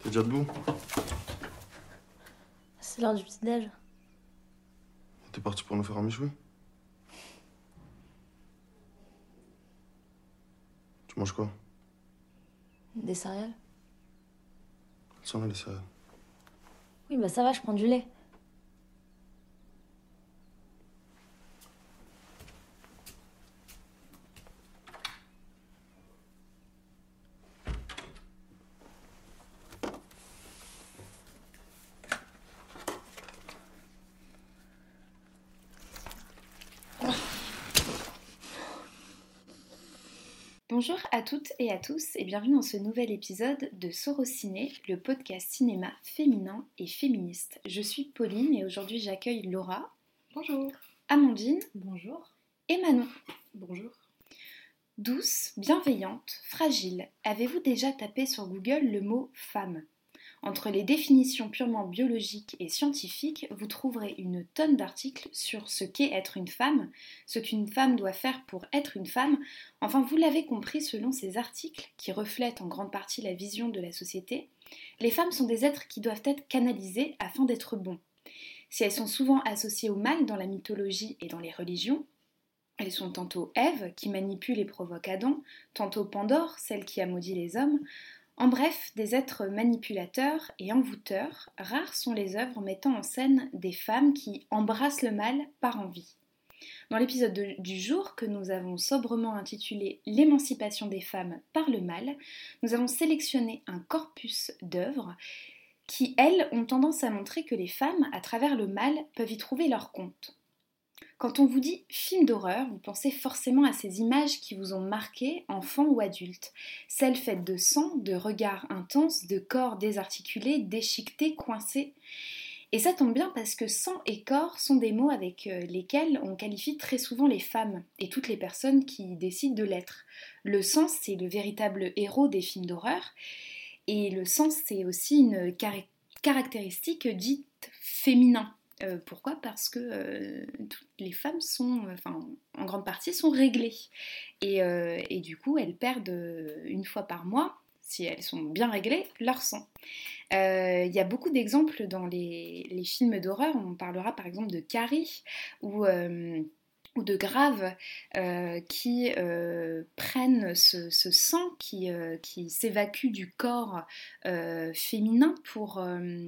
T'es déjà debout? C'est l'heure du petit-déj. T'es parti pour nous faire un méchoui? Tu manges quoi? Des céréales? Tiens là les céréales. Oui, bah ça va, je prends du lait. Bonjour à toutes et à tous et bienvenue dans ce nouvel épisode de Sorociné, le podcast cinéma féminin et féministe. Je suis Pauline et aujourd'hui j'accueille Laura. Bonjour. Amandine. Bonjour. Et Manon. Bonjour. Douce, bienveillante, fragile, avez-vous déjà tapé sur Google le mot femme ? Entre les définitions purement biologiques et scientifiques, vous trouverez une tonne d'articles sur ce qu'est être une femme, ce qu'une femme doit faire pour être une femme. Enfin, vous l'avez compris selon ces articles, qui reflètent en grande partie la vision de la société, les femmes sont des êtres qui doivent être canalisés afin d'être bons. Si elles sont souvent associées au mal dans la mythologie et dans les religions, elles sont tantôt Ève, qui manipule et provoque Adam, tantôt Pandore, celle qui a maudit les hommes. En bref, des êtres manipulateurs et envoûteurs, rares sont les œuvres mettant en scène des femmes qui embrassent le mal par envie. Dans l'épisode du jour, que nous avons sobrement intitulé L'émancipation des femmes par le mal, nous avons sélectionné un corpus d'œuvres qui, elles, ont tendance à montrer que les femmes, à travers le mal, peuvent y trouver leur compte. Quand on vous dit film d'horreur, vous pensez forcément à ces images qui vous ont marqué, enfant ou adulte. Celles faites de sang, de regards intenses, de corps désarticulés, déchiquetés, coincés. Et ça tombe bien parce que sang et corps sont des mots avec lesquels on qualifie très souvent les femmes et toutes les personnes qui décident de l'être. Le sang, c'est le véritable héros des films d'horreur. Et le sang, c'est aussi une caractéristique dite féminin. Pourquoi ? Parce que toutes les femmes sont, en grande partie, sont réglées. Et du coup, elles perdent une fois par mois, si elles sont bien réglées, leur sang. Il y a beaucoup d'exemples dans les films d'horreur. On parlera par exemple de Carrie ou de Grave qui prennent ce sang qui s'évacue du corps féminin pour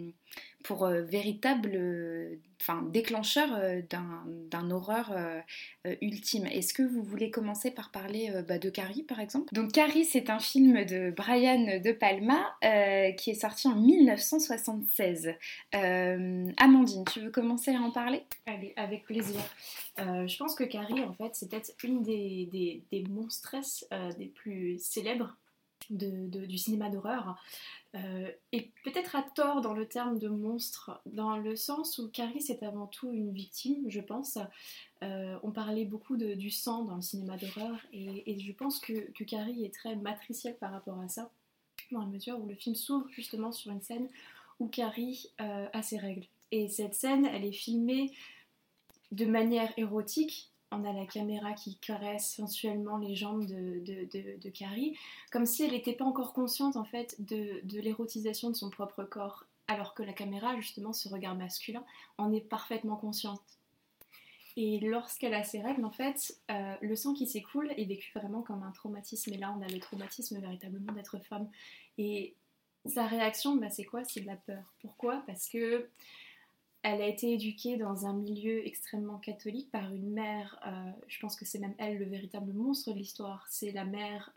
véritable déclencheur d'un horreur ultime. Est-ce que vous voulez commencer par parler de Carrie par exemple ? Donc Carrie, c'est un film de Brian De Palma qui est sorti en 1976. Amandine, tu veux commencer à en parler ? Allez, avec plaisir. Je pense que Carrie, en fait, c'est peut-être une des monstresses des plus célèbres du cinéma d'horreur. Et peut-être à tort dans le terme de monstre, dans le sens où Carrie, c'est avant tout une victime, je pense. On parlait beaucoup du sang dans le cinéma d'horreur, et je pense que Carrie est très matricielle par rapport à ça, dans la mesure où le film s'ouvre justement sur une scène où Carrie a ses règles. Et cette scène, elle est filmée de manière érotique. On a la caméra qui caresse sensuellement les jambes de Carrie, comme si elle n'était pas encore consciente en fait de l'érotisation de son propre corps, alors que la caméra, justement, ce regard masculin, en est parfaitement consciente. Et lorsqu'elle a ses règles, en fait, le sang qui s'écoule est vécu vraiment comme un traumatisme. Et là, on a le traumatisme véritablement d'être femme. Et sa réaction, c'est quoi ? C'est de la peur. Pourquoi ? Parce que elle a été éduquée dans un milieu extrêmement catholique par une mère, je pense que c'est même elle le véritable monstre de l'histoire. C'est la mère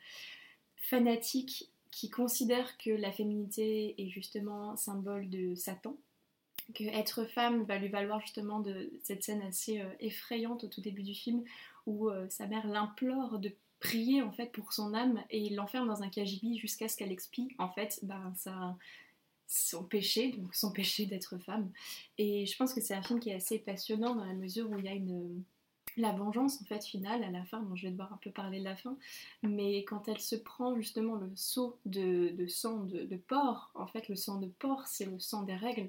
fanatique qui considère que la féminité est justement symbole de Satan, que être femme va lui valoir justement de cette scène assez effrayante au tout début du film où sa mère l'implore de prier en fait pour son âme et il l'enferme dans un cagibi jusqu'à ce qu'elle expie en fait son péché, donc son péché d'être femme. Et je pense que c'est un film qui est assez passionnant dans la mesure où il y a la vengeance en fait finale à la fin, dont je vais devoir un peu parler de la fin, mais quand elle se prend justement le seau de sang de porc, en fait le sang de porc c'est le sang des règles,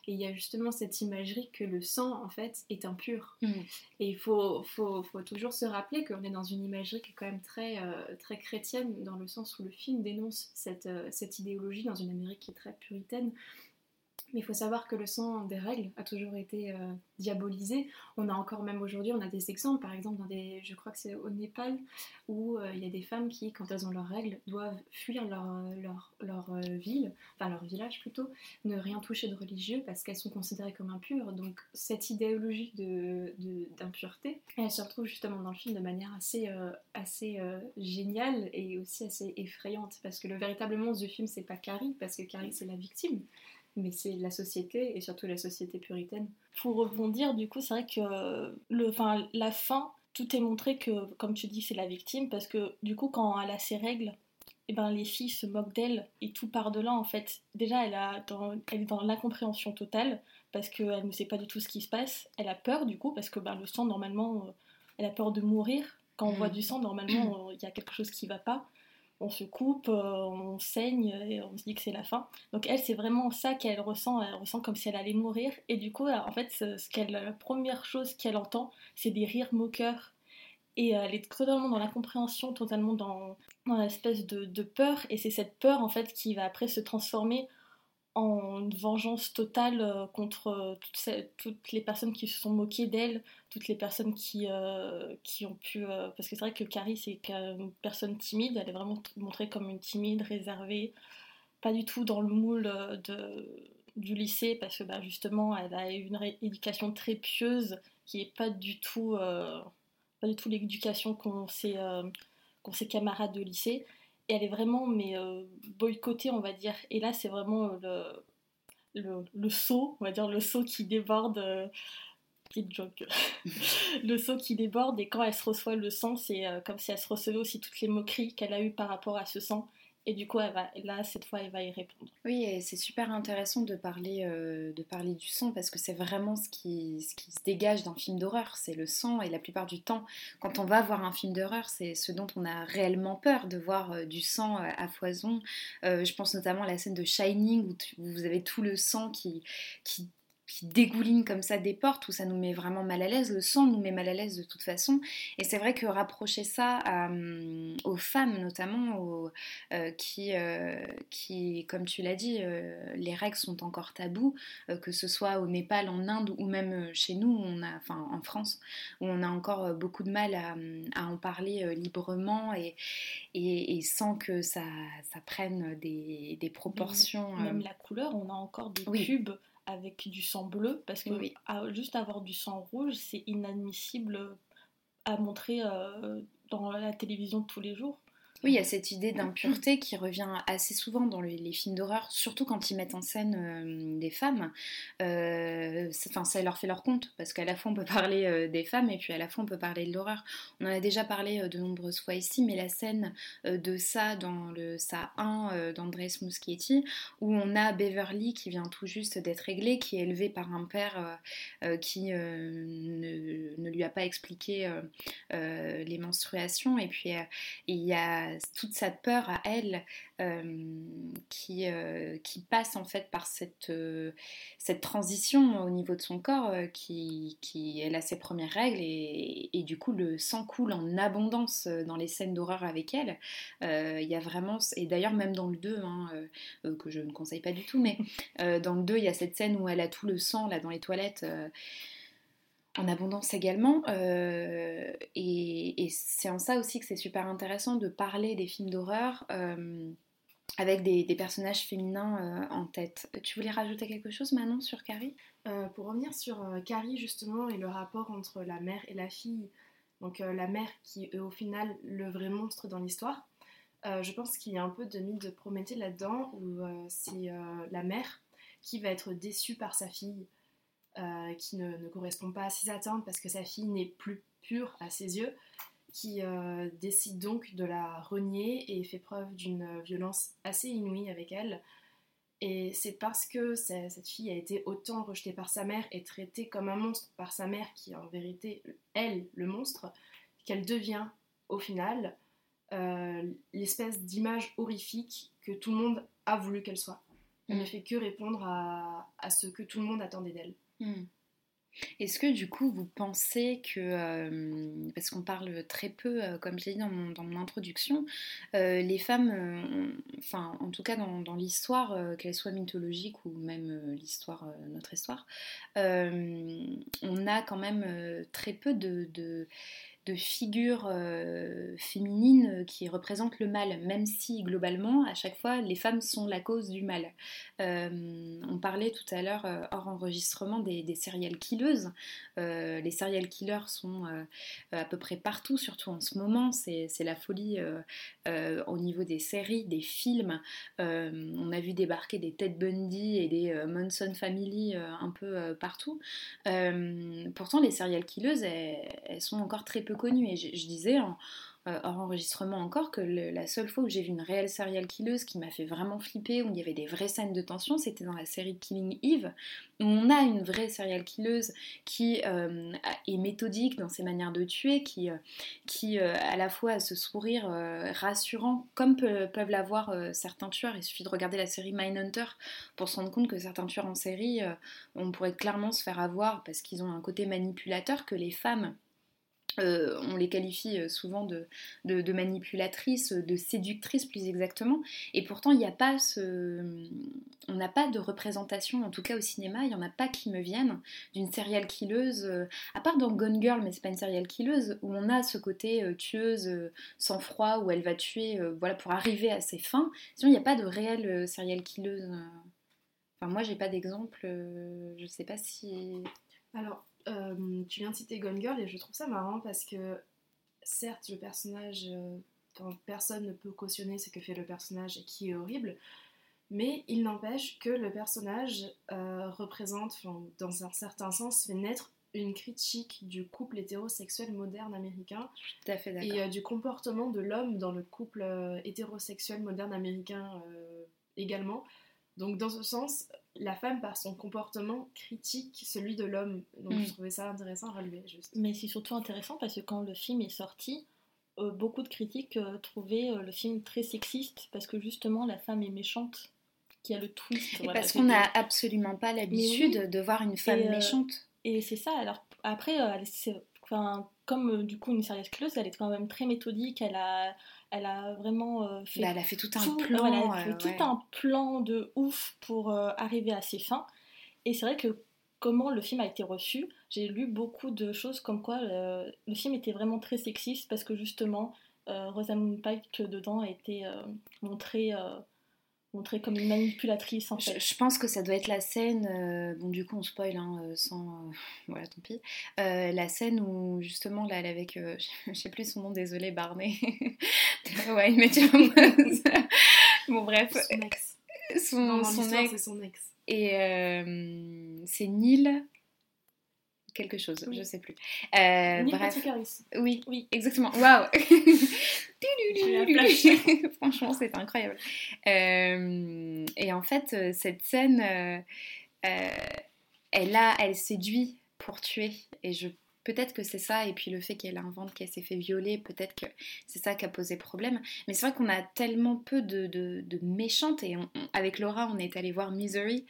Et il y a justement cette imagerie que le sang, en fait, est impur. Mm. Et il faut toujours se rappeler qu'on est dans une imagerie qui est quand même très chrétienne, dans le sens où le film dénonce cette idéologie dans une Amérique qui est très puritaine. Mais il faut savoir que le sang des règles a toujours été diabolisé. On a encore, même aujourd'hui, on a des exemples, par exemple, je crois que c'est au Népal, où il y a des femmes qui, quand elles ont leurs règles, doivent fuir leur ville, enfin leur village plutôt, ne rien toucher de religieux parce qu'elles sont considérées comme impures. Donc cette idéologie d'impureté, elle se retrouve justement dans le film de manière assez géniale et aussi assez effrayante, parce que le véritable monstre du film, c'est pas Carrie, parce que Carrie, c'est la victime, mais c'est la société, et surtout la société puritaine. Pour rebondir, du coup, c'est vrai que la fin, tout est montré que, comme tu dis, c'est la victime, parce que du coup, quand elle a ses règles, eh ben, les filles se moquent d'elle, et tout part de là, en fait. Déjà, elle est dans l'incompréhension totale, parce qu'elle ne sait pas du tout ce qui se passe. Elle a peur, du coup, parce que le sang, normalement, elle a peur de mourir. Quand on voit du sang, normalement, il y a quelque chose qui ne va pas. On se coupe, on saigne et on se dit que c'est la fin. Donc elle, c'est vraiment ça qu'elle ressent. Elle ressent comme si elle allait mourir. Et du coup, en fait, la première chose qu'elle entend, c'est des rires moqueurs. Et elle est totalement dans l'incompréhension, totalement dans l'espèce de peur. Et c'est cette peur, en fait, qui va après se transformer en une vengeance totale contre toutes les personnes qui se sont moquées d'elle, toutes les personnes qui ont pu... parce que c'est vrai que Carrie, c'est une personne timide, elle est vraiment montrée comme une timide, réservée, pas du tout dans le moule du lycée, parce que justement, elle a eu une éducation très pieuse, qui est pas du tout l'éducation qu'ont ses camarades de lycée. Et elle est vraiment boycottée, on va dire. Et là, c'est vraiment le seau, on va dire le seau qui déborde. Petite joke. Le seau qui déborde, et quand elle se reçoit le sang, c'est comme si elle se recevait aussi toutes les moqueries qu'elle a eues par rapport à ce sang. Et du coup, cette fois, elle va y répondre. Oui, et c'est super intéressant de parler du sang, parce que c'est vraiment ce qui se dégage d'un film d'horreur, c'est le sang. Et la plupart du temps, quand on va voir un film d'horreur, c'est ce dont on a réellement peur, de voir du sang à foison. Je pense notamment à la scène de Shining, où vous avez tout le sang qui dégouline comme ça des portes, où ça nous met vraiment mal à l'aise. Le sang nous met mal à l'aise de toute façon, et c'est vrai que rapprocher ça aux femmes notamment, qui, comme tu l'as dit, les règles sont encore tabous, que ce soit au Népal, en Inde, ou même chez nous, en France, où on a encore beaucoup de mal à en parler librement, et sans que ça prenne des proportions... Même la couleur, on a encore des pubs avec du sang bleu, parce que juste avoir du sang rouge, c'est inadmissible à montrer dans la télévision tous les jours. Oui, il y a cette idée d'impureté qui revient assez souvent dans les films d'horreur, surtout quand ils mettent en scène des femmes. Ça leur fait leur compte, parce qu'à la fois on peut parler des femmes, et puis à la fois on peut parler de l'horreur. On en a déjà parlé de nombreuses fois ici, mais la scène de ça dans le Ça 1 d'Andrés Muschietti, où on a Beverly qui vient tout juste d'être réglée, qui est élevée par un père qui ne lui a pas expliqué les menstruations, et puis il y a toute cette peur à elle qui passe en fait par cette transition au niveau de son corps, qui elle a ses premières règles, et du coup le sang coule en abondance dans les scènes d'horreur avec elle. Il y a vraiment, et d'ailleurs même dans le 2, que je ne conseille pas du tout, mais dans le 2 il y a cette scène où elle a tout le sang là dans les toilettes, en abondance également, et c'est en ça aussi que c'est super intéressant de parler des films d'horreur avec des personnages féminins en tête. Tu voulais rajouter quelque chose, Manon, sur Carrie ? Pour revenir sur Carrie justement, et le rapport entre la mère et la fille, donc la mère qui est au final le vrai monstre dans l'histoire, je pense qu'il y a un peu de mythe de Prométhée là-dedans, où c'est la mère qui va être déçue par sa fille, qui ne correspond pas à ses attentes parce que sa fille n'est plus pure à ses yeux, qui décide donc de la renier et fait preuve d'une violence assez inouïe avec elle. Et c'est parce que cette fille a été autant rejetée par sa mère et traitée comme un monstre par sa mère, qui est en vérité, elle, le monstre, qu'elle devient au final l'espèce d'image horrifique que tout le monde a voulu qu'elle soit. Elle ne fait que répondre à ce que tout le monde attendait d'elle. Est-ce que du coup vous pensez que, parce qu'on parle très peu, comme je l'ai dit dans mon introduction, les femmes, enfin en tout cas dans l'histoire, qu'elle soit mythologique ou même l'histoire, notre histoire, on a quand même très peu de figures féminines qui représentent le mal, même si globalement, à chaque fois, les femmes sont la cause du mal. On parlait tout à l'heure, hors enregistrement, des serial killers. Les serial killers sont à peu près partout, surtout en ce moment. C'est la folie au niveau des séries, des films. On a vu débarquer des Ted Bundy et des Manson Family un peu partout. Pourtant, les serial killers, elles sont encore très peu connues. Et je disais hors enregistrement encore que la seule fois où j'ai vu une réelle serial killeuse qui m'a fait vraiment flipper, où il y avait des vraies scènes de tension, c'était dans la série Killing Eve, où on a une vraie serial killeuse qui est méthodique dans ses manières de tuer, qui à la fois a ce sourire rassurant, comme peuvent l'avoir certains tueurs. Il suffit de regarder la série Mindhunter pour se rendre compte que certains tueurs en série, on pourrait clairement se faire avoir parce qu'ils ont un côté manipulateur, que les femmes, on les qualifie souvent de manipulatrices, de séductrices plus exactement, et pourtant il n'y a pas on n'a pas de représentation, en tout cas au cinéma, il n'y en a pas qui me viennent d'une serial killeuse, à part dans Gone Girl, mais c'est pas une serial killeuse, où on a ce côté tueuse sans froid, où elle va tuer voilà, pour arriver à ses fins. Sinon il n'y a pas de réelle serial killeuse. Enfin moi j'ai pas d'exemple, je sais pas si... Alors, tu viens de citer Gone Girl et je trouve ça marrant parce que certes le personnage, personne ne peut cautionner ce que fait le personnage et qui est horrible, mais il n'empêche que le personnage représente, dans un certain sens, fait naître une critique du couple hétérosexuel moderne américain. Je suis tout à fait d'accord. Et du comportement de l'homme dans le couple hétérosexuel moderne américain également. Donc dans ce sens, la femme par son comportement critique celui de l'homme. Donc je trouvais ça intéressant à relever. Juste. Mais c'est surtout intéressant parce que quand le film est sorti, beaucoup de critiques trouvaient le film très sexiste parce que justement la femme est méchante, qui a le twist. Et voilà, parce qu'on n'a absolument pas l'habitude de voir une femme méchante. Et c'est ça. Alors après, comme du coup une serial killeuse, elle est quand même très méthodique. Elle a vraiment fait. Elle a fait tout un plan. Elle a fait tout un plan de ouf pour arriver à ses fins. Et c'est vrai que comment le film a été reçu, j'ai lu beaucoup de choses comme quoi le film était vraiment très sexiste parce que justement Rosamund Pike dedans a été montrée comme une manipulatrice en fait. Je pense que ça doit être la scène, bon du coup on spoil sans... voilà tant pis. La scène où justement là elle est avec, je sais plus son nom, désolée Barney. Ouais mais tu vois, bon bref. Son ex. Son ex. C'est son ex. Et c'est Neil... quelque chose, oui. Je sais plus. Neil bref. Patrick Harris. Oui, exactement. Waouh. Franchement, c'est incroyable. Et en fait, cette scène, elle séduit pour tuer. Et peut-être que c'est ça, et puis le fait qu'elle invente qu'elle s'est fait violer, peut-être que c'est ça qui a posé problème. Mais c'est vrai qu'on a tellement peu de méchantes, et avec Laura, on est allé voir Misery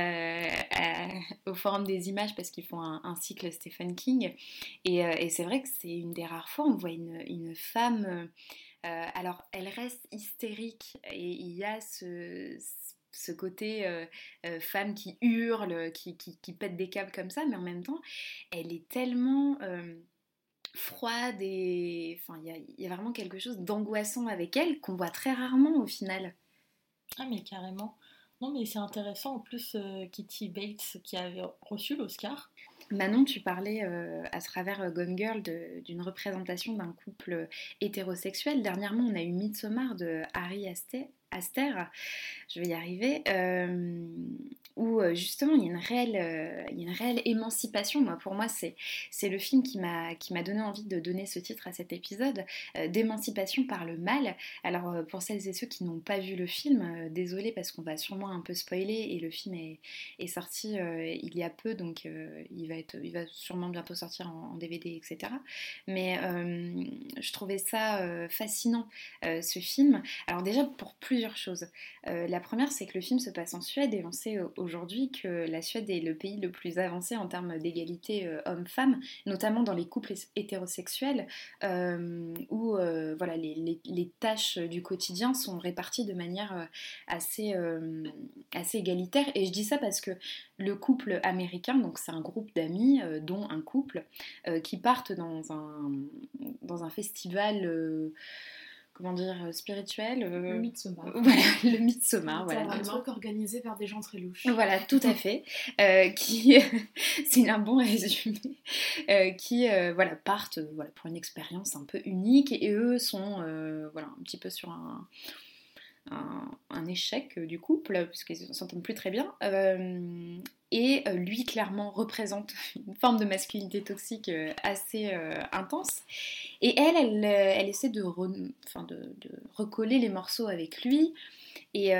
au Forum des Images, parce qu'ils font un cycle Stephen King, et c'est vrai que c'est une des rares fois où on voit une femme... alors, elle reste hystérique, et il y a ce côté femme qui hurle, qui pète des câbles comme ça, mais en même temps, elle est tellement froide, et enfin, il y a vraiment quelque chose d'angoissant avec elle qu'on voit très rarement au final. Ah mais carrément. Non mais c'est intéressant, en plus Kitty Bates qui avait reçu l'Oscar. Manon, tu parlais à travers Gone Girl d'une représentation d'un couple hétérosexuel. Dernièrement, on a eu Midsommar de Ari Aster, je vais y arriver, où justement il y a une réelle émancipation. Pour moi, c'est le film qui m'a donné envie de donner ce titre à cet épisode, d'émancipation par le mal. Alors pour celles et ceux qui n'ont pas vu le film, désolée parce qu'on va sûrement un peu spoiler, et le film est sorti il y a peu, donc il va sûrement bientôt sortir en DVD, etc. Mais je trouvais ça fascinant, ce film. Alors déjà pour plusieurs plusieurs choses. La première, c'est que le film se passe en Suède et on sait aujourd'hui que la Suède est le pays le plus avancé en termes d'égalité homme-femme, notamment dans les couples hétérosexuels, où voilà, les tâches du quotidien sont réparties de manière assez égalitaire. Et je dis ça parce que le couple américain, donc c'est un groupe d'amis, dont un couple, qui partent dans un festival... comment dire, spirituel. Le Midsommar. Voilà, le Midsommar. C'est Voilà. un truc organisé par des gens très louches. Voilà, tout à fait. Qui, c'est un bon résumé. Qui voilà, partent voilà, pour une expérience un peu unique et eux sont voilà, un petit peu sur un échec du couple, puisqu'ils ne s'entendent plus très bien. Et lui, clairement, représente une forme de masculinité toxique assez intense. Et elle essaie de recoller les morceaux avec lui. Et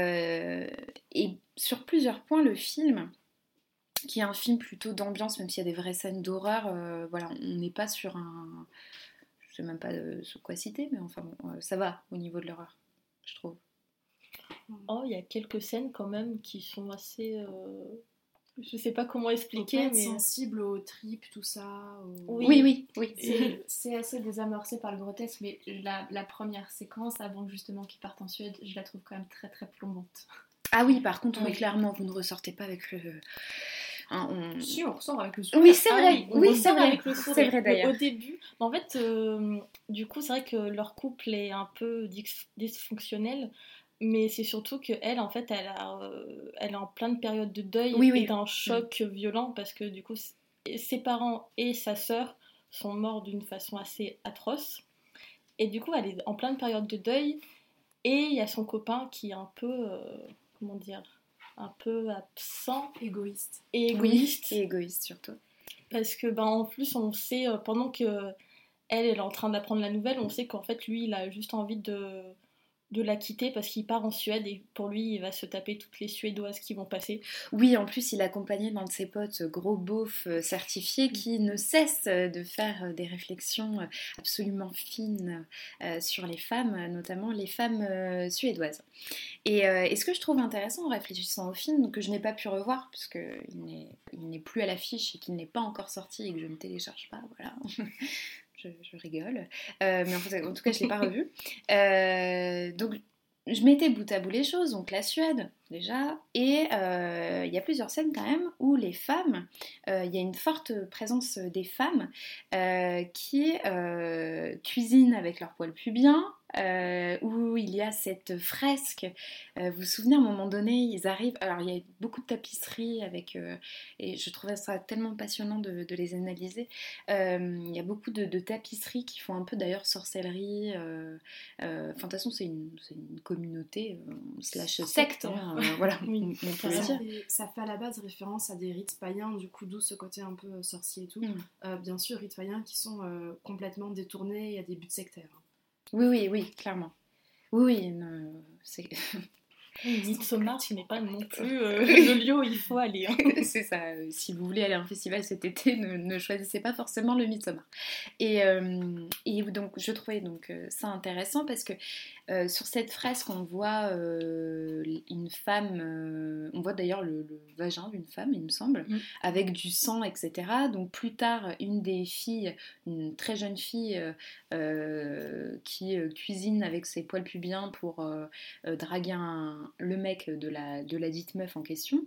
sur plusieurs points, le film, qui est un film plutôt d'ambiance, même s'il y a des vraies scènes d'horreur, voilà, on n'est pas sur un... Je sais même pas sur quoi citer, mais enfin bon, ça va au niveau de l'horreur, je trouve. Oh, il y a quelques scènes quand même qui sont assez... Je sais pas comment expliquer, Peut-être mais... sensible aux tripes, tout ça. Oui. C'est assez désamorcé par le grotesque, mais la première séquence, avant justement qu'ils partent en Suède, je la trouve quand même très très plombante. Ah oui, par contre, oui, Oui. clairement, vous ne ressortez pas avec le... Si, on ressort avec le sourire. Oui, c'est Ah vrai, on oui, ressort c'est vrai, avec le sourire. c'est vrai d'ailleurs. Au début, mais en fait, du coup, c'est vrai que leur couple est un peu dysfonctionnel, mais c'est surtout qu'elle, en fait, elle est en pleine période de deuil Oui, et d'un choc violent parce que du coup, ses parents et sa sœur sont morts d'une façon assez atroce. Et du coup, elle est en pleine période de deuil et il y a son copain qui est un peu, comment dire, un peu absent Égoïste. et Oui, égoïste. et égoïste surtout. Parce que, en plus, on sait, pendant que elle est en train d'apprendre la nouvelle, on sait qu'en fait, lui, il a juste envie de la quitter parce qu'il part en Suède et pour lui, il va se taper toutes les Suédoises qui vont passer. Oui, en plus, il accompagnait l'un de ses potes gros beauf certifié qui ne cesse de faire des réflexions absolument fines sur les femmes, notamment les femmes suédoises. Et ce que je trouve intéressant en réfléchissant au film, que je n'ai pas pu revoir, puisqu'il n'est plus à l'affiche et qu'il n'est pas encore sorti et que je ne télécharge pas, voilà. Je rigole. Mais en tout cas, je ne l'ai pas revu. Donc, je mettais bout à bout les choses. Donc, la Suède, déjà. Et il y a plusieurs scènes, quand même, où les femmes... Il y a une forte présence des femmes qui cuisinent avec leur poil pubien, où il y a cette fresque. Vous vous souvenez, à un moment donné, ils arrivent... Alors, il y a beaucoup de tapisseries avec... et je trouvais ça tellement passionnant de les analyser. Il y a beaucoup de tapisseries qui font un peu, d'ailleurs, sorcellerie. De toute façon, c'est une communauté slash secte. Hein, voilà, Oui. on peut le dire. Ça fait à la base référence à des rites païens, du coup, d'où ce côté un peu sorcier et tout. Bien sûr, rites païens qui sont complètement détournés et à des buts sectaires. Oui, clairement. Oui, c'est... Midsommar, ce n'est pas non plus le lieu où il faut aller. Hein. C'est ça, si vous voulez aller à un festival cet été, ne choisissez pas forcément le Midsommar. Et donc, je trouvais donc, ça intéressant parce que sur cette fresque, on voit une femme, on voit d'ailleurs le vagin d'une femme, il me semble, avec du sang, etc. Donc plus tard, une des filles, une très jeune fille qui cuisine avec ses poils pubiens pour draguer le mec de la dite meuf en question.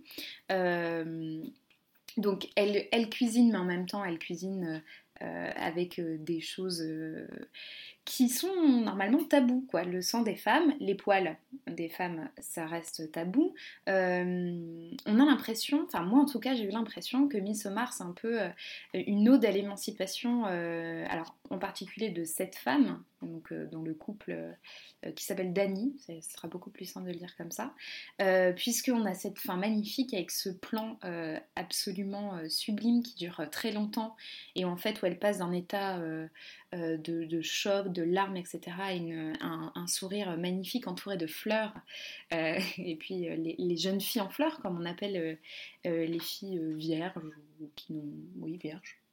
Donc elle cuisine, mais en même temps elle cuisine avec des choses qui sont normalement tabous, quoi. Le sang des femmes, les poils des femmes, ça reste tabou. On a l'impression, enfin moi en tout cas j'ai eu l'impression que Midsommar c'est un peu une ode à l'émancipation, alors en particulier de cette femme, donc dans le couple qui s'appelle Dany, ce sera beaucoup plus simple de le dire comme ça, puisqu'on a cette fin magnifique avec ce plan absolument sublime qui dure très longtemps et en fait où elle passe d'un état de choc, de larmes, etc. Un sourire magnifique entouré de fleurs. Et puis les jeunes filles en fleurs, comme on appelle les filles vierges, ou qui n'ont... Oui, vierges,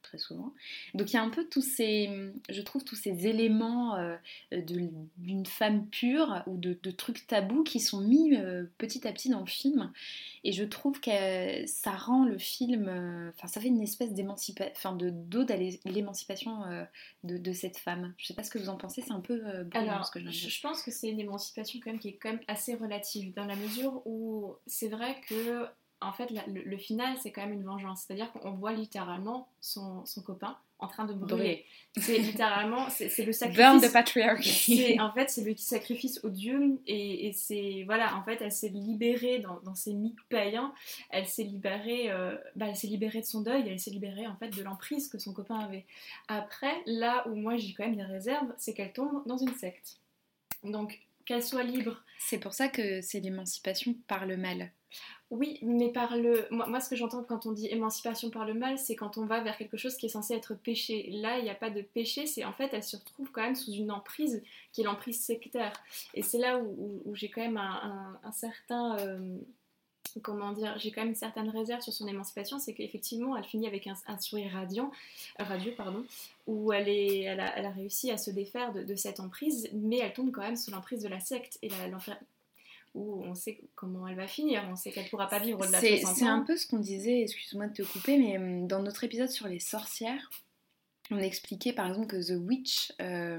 très souvent. Donc il y a un peu je trouve tous ces éléments d'une femme pure ou de trucs tabous qui sont mis petit à petit dans le film. Et je trouve que ça rend le film, ça fait une espèce d'ode à l'émancipation de cette femme. Je sais pas ce que vous en pensez, c'est un peu brouillon, Alors, ce que je viens de dire. je pense que c'est une émancipation quand même qui est quand même assez relative, dans la mesure où c'est vrai que en fait le final c'est quand même une vengeance, c'est-à-dire qu'on voit littéralement son copain en train de brûler. C'est littéralement, c'est le sacrifice. Burn the patriarchy. En fait, c'est le sacrifice aux dieux et c'est, voilà, en fait, elle s'est libérée dans ces mythes païens, elle s'est libérée de son deuil, elle s'est libérée en fait de l'emprise que son copain avait. Après, là où moi j'ai quand même des réserves, c'est qu'elle tombe dans une secte. Donc, qu'elle soit libre. C'est pour ça que c'est l'émancipation par le mal. Oui, mais moi, ce que j'entends quand on dit émancipation par le mal, c'est quand on va vers quelque chose qui est censé être péché. Là, il n'y a pas de péché, c'est en fait, elle se retrouve quand même sous une emprise qui est l'emprise sectaire. Et c'est là où j'ai quand même un certain... comment dire, j'ai quand même une certaine réserve sur son émancipation, c'est qu'effectivement, elle finit avec un sourire radieux, où elle a réussi à se défaire de cette emprise, mais elle tombe quand même sous l'emprise de la secte. Et l'enfer, où on sait comment elle va finir, on sait qu'elle ne pourra pas vivre au-delà de 60 ans. C'est un peu ce qu'on disait, excuse-moi de te couper, mais dans notre épisode sur les sorcières, on expliquait par exemple que The Witch,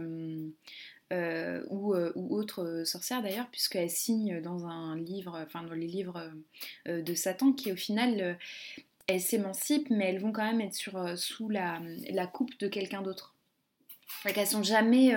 ou autre sorcière d'ailleurs, puisqu'elle signe dans un livre, dans les livres de Satan, qui au final, elles s'émancipent, mais elles vont quand même être sous la coupe de quelqu'un d'autre. Donc elles sont jamais...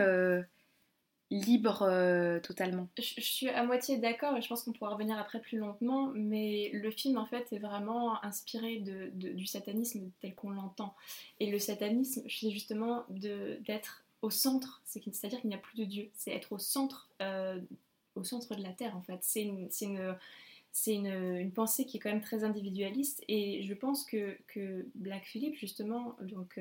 libre totalement. Je suis à moitié d'accord et je pense qu'on pourra revenir après plus longuement, mais le film en fait est vraiment inspiré du satanisme tel qu'on l'entend. Et le satanisme, c'est justement d'être au centre, c'est-à-dire qu'il n'y a plus de Dieu, c'est être au centre de la terre en fait. C'est une pensée qui est quand même très individualiste et je pense que Black Phillip justement, donc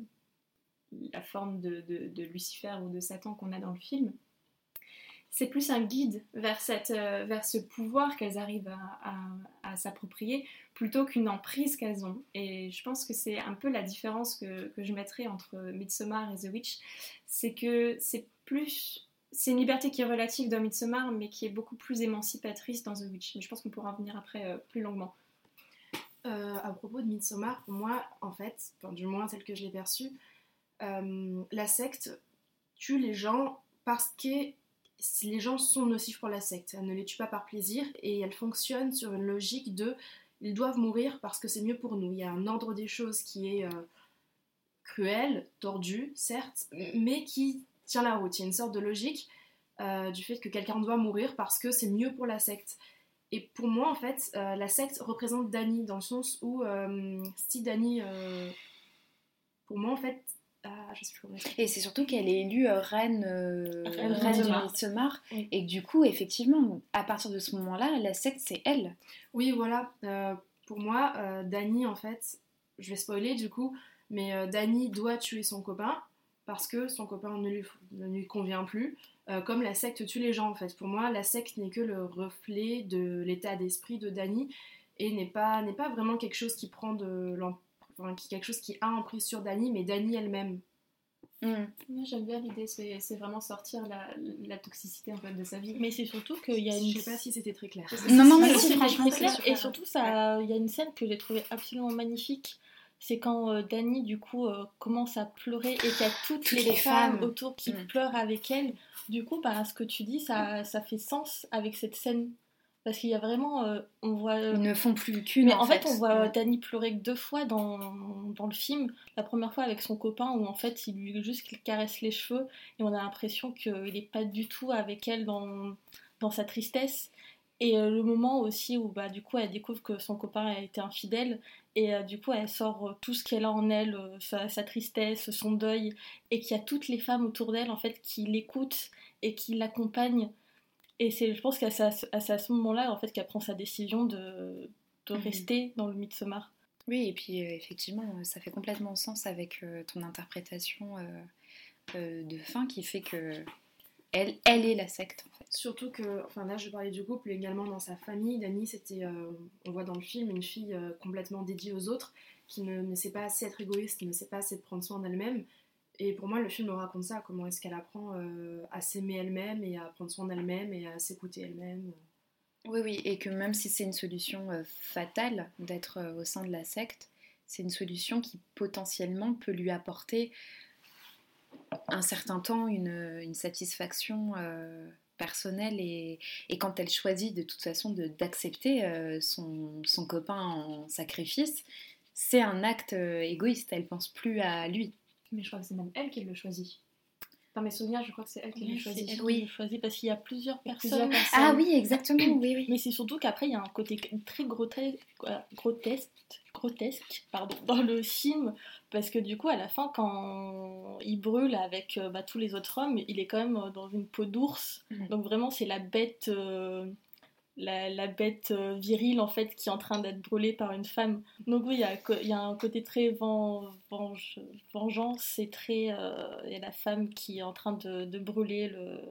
la forme de Lucifer ou de Satan qu'on a dans le film, c'est plus un guide vers ce pouvoir qu'elles arrivent à s'approprier plutôt qu'une emprise qu'elles ont. Et je pense que c'est un peu la différence que je mettrais entre Midsommar et The Witch, c'est que c'est une liberté qui est relative dans Midsommar mais qui est beaucoup plus émancipatrice dans The Witch. Mais je pense qu'on pourra en venir après plus longuement. À propos de Midsommar, pour moi, en fait, du moins tel que je l'ai perçu, la secte tue les gens parce que les gens sont nocifs pour la secte. Elle ne les tue pas par plaisir et elle fonctionne sur une logique de ils doivent mourir parce que c'est mieux pour nous. Il y a un ordre des choses qui est cruel, tordu, certes, mais qui tient la route. Il y a une sorte de logique du fait que quelqu'un doit mourir parce que c'est mieux pour la secte. Et pour moi, en fait, la secte représente Dany dans le sens où si Dany... pour moi, en fait, je sais plus comment et c'est surtout qu'elle est élue reine de Midsommar, oui. Et que du coup, effectivement, à partir de ce moment-là, la secte, c'est elle. Oui, voilà. Pour moi, Dany, en fait, je vais spoiler du coup, mais Dany doit tuer son copain parce que son copain ne lui convient plus, comme la secte tue les gens, en fait. Pour moi, la secte n'est que le reflet de l'état d'esprit de Dany et n'est pas vraiment quelque chose qui prend quelque chose qui a emprise sur Dany, mais Dany elle-même. Moi j'aime bien l'idée, c'est vraiment sortir la toxicité en fait de sa vie. Mais c'est surtout qu'il y a une... Je sais pas si c'était très clair. Non, mais si, si, franchement, très clair. c'est Et surtout, il y a une scène que j'ai trouvée absolument magnifique. C'est quand Dany, du coup, commence à pleurer et qu'il y a toutes les femmes autour qui pleurent avec elle. Du coup, ce que tu dis, ça fait sens avec cette scène. Parce qu'il y a vraiment... on voit, ils ne font plus qu'une. Mais en fait, on voit Dany pleurer que 2 fois dans le film. La première fois avec son copain, où en fait, il lui juste caresse les cheveux. Et on a l'impression qu'il n'est pas du tout avec elle dans sa tristesse. Et le moment aussi où du coup elle découvre que son copain a été infidèle et du coup elle sort tout ce qu'elle a en elle, sa tristesse, son deuil, et qu'il y a toutes les femmes autour d'elle en fait qui l'écoutent et qui l'accompagnent. Et je pense que c'est à ce moment-là en fait qu'elle prend sa décision de rester dans le Midsommar. Oui, et puis effectivement ça fait complètement sens avec ton interprétation de fin qui fait que elle est la secte en fait. Surtout que, là je parlais du couple, mais également dans sa famille, Dany c'était, on voit dans le film, une fille complètement dédiée aux autres, qui ne sait pas assez être égoïste, qui ne sait pas assez prendre soin d'elle-même. Et pour moi, le film raconte ça, comment est-ce qu'elle apprend à s'aimer elle-même et à prendre soin d'elle-même et à s'écouter elle-même. Oui, oui, et que même si c'est une solution fatale d'être au sein de la secte, c'est une solution qui potentiellement peut lui apporter un certain temps une satisfaction personnelle et quand elle choisit de toute façon d'accepter son copain en sacrifice, c'est un acte égoïste, elle pense plus à lui. Mais je crois que c'est même elle qui le choisit. Dans mes souvenirs, je crois que c'est elle qui le choisit. C'est elle Oui. qui le choisit parce qu'il y a plusieurs Plusieurs personnes. personnes. Ah oui, exactement, oui, oui. Mais c'est surtout qu'après, il y a un côté très grotesque dans le film, parce que du coup, à la fin, quand il brûle avec tous les autres hommes, il est quand même dans une peau d'ours. Mhm. Donc vraiment, c'est la bête, la bête virile, en fait, qui est en train d'être brûlée par une femme. Donc oui, il y a un côté très vengeance, et très... il y a la femme qui est en train de brûler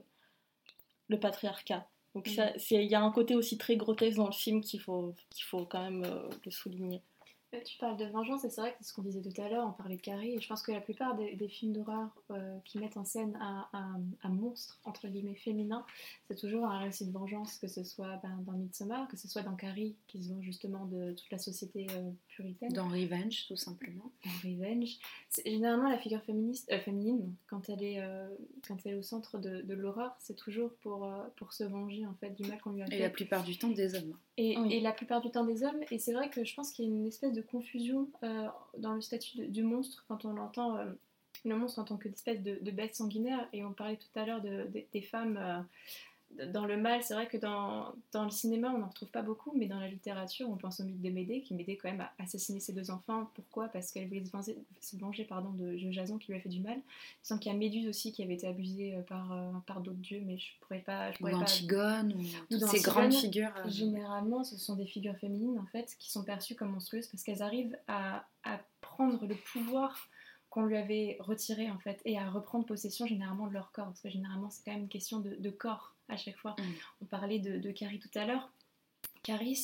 le patriarcat. Donc il y a un côté aussi très grotesque dans le film qu'il faut quand même le souligner. Tu parles de vengeance et c'est vrai que c'est ce qu'on disait tout à l'heure, on parlait de Carrie et je pense que la plupart des films d'horreur qui mettent en scène un monstre entre guillemets féminin, c'est toujours un récit de vengeance, que ce soit dans Midsommar, que ce soit dans Carrie qui se venge justement de toute la société puritaine. Dans Revenge, tout simplement. Dans Revenge, c'est généralement la figure féminine quand elle est au centre de l'horreur, c'est toujours pour se venger en fait du mal qu'on lui a fait. Et la plupart du temps des hommes. Et la plupart du temps des hommes, et c'est vrai que je pense qu'il y a une espèce de confusion dans le statut du monstre quand on entend le monstre en tant qu'espèce de bête sanguinaire, et on parlait tout à l'heure des femmes dans le mal. C'est vrai que dans le cinéma on n'en retrouve pas beaucoup, mais dans la littérature on pense au mythe de Médée, qui Médée quand même a assassiné ses 2 enfants. Pourquoi? Parce qu'elle voulait se venger de Jason qui lui a fait du mal. Il semble qu'il y a Méduse aussi qui avait été abusée par d'autres dieux, mais je pourrais pas Antigone, ou toutes dans ces Antigone, grandes figures. Généralement, ce sont des figures féminines en fait qui sont perçues comme monstrueuses parce qu'elles arrivent à prendre le pouvoir qu'on lui avait retiré en fait et à reprendre possession généralement de leur corps, parce que généralement c'est quand même une question de corps à chaque fois. On parlait de Carrie tout à l'heure. Carrie,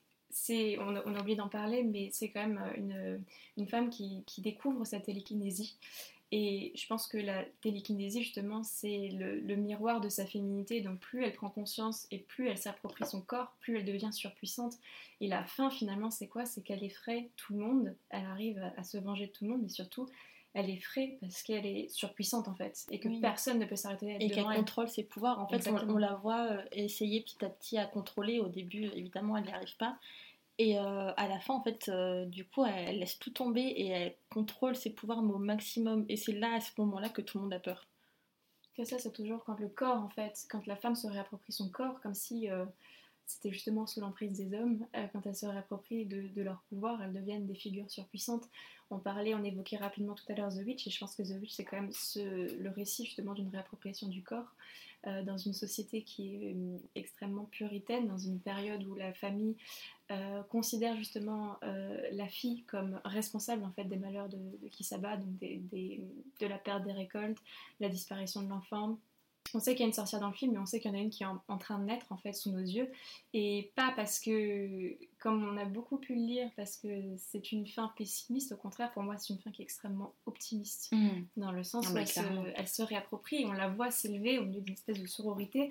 on a oublié d'en parler, mais c'est quand même une femme qui découvre sa télékinésie. Et je pense que la télékinésie, justement, c'est le miroir de sa féminité. Donc plus elle prend conscience et plus elle s'approprie son corps, plus elle devient surpuissante. Et la fin, finalement, c'est quoi? C'est qu'elle effraie tout le monde. Elle arrive à se venger de tout le monde, mais surtout, elle effraie parce qu'elle est surpuissante, en fait. Et que personne ne peut s'arrêter et qu'elle contrôle ses pouvoirs. En fait, on la voit essayer petit à petit à contrôler. Au début, évidemment, elle n'y arrive pas. Et à la fin, en fait, du coup, elle laisse tout tomber et elle contrôle ses pouvoirs au maximum. Et c'est là, à ce moment-là, que tout le monde a peur. Que ça, c'est toujours quand le corps, en fait, quand la femme se réapproprie son corps, comme si c'était justement sous l'emprise des hommes, quand elles se réapproprient de leur pouvoir, elles deviennent des figures surpuissantes. On évoquait rapidement tout à l'heure The Witch, et je pense que The Witch, c'est quand même le récit justement d'une réappropriation du corps dans une société qui est extrêmement puritaine, dans une période où la famille considère justement la fille comme responsable en fait des malheurs de Kisaba, donc de la perte des récoltes, la disparition de l'enfant. On sait qu'il y a une sorcière dans le film, mais on sait qu'il y en a une qui est en train de naître en fait sous nos yeux, et pas parce que, comme on a beaucoup pu le lire, parce que c'est une fin pessimiste. Au contraire, pour moi, c'est une fin qui est extrêmement optimiste, dans le sens où elle se réapproprie et on la voit s'élever au milieu d'une espèce de sororité,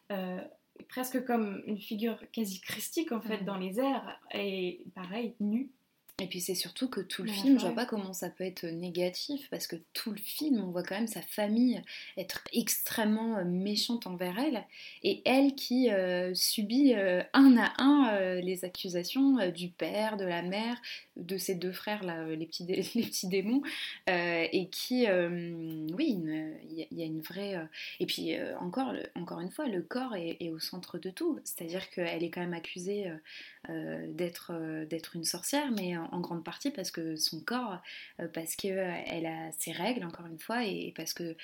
presque comme une figure quasi christique en fait dans les airs, et pareil, nue. Et puis c'est surtout que tout le film, je vois pas comment ça peut être négatif, parce que tout le film, on voit quand même sa famille être extrêmement méchante envers elle, et elle qui subit un à un les accusations du père, de la mère, de ses 2 frères, là, les petits démons, et qui, oui, il y a une vraie... Et puis encore une fois, le corps est au centre de tout, c'est-à-dire qu'elle est quand même accusée d'être une sorcière, mais en grande partie parce que son corps, parce qu'elle a ses règles, encore une fois, et parce qu'on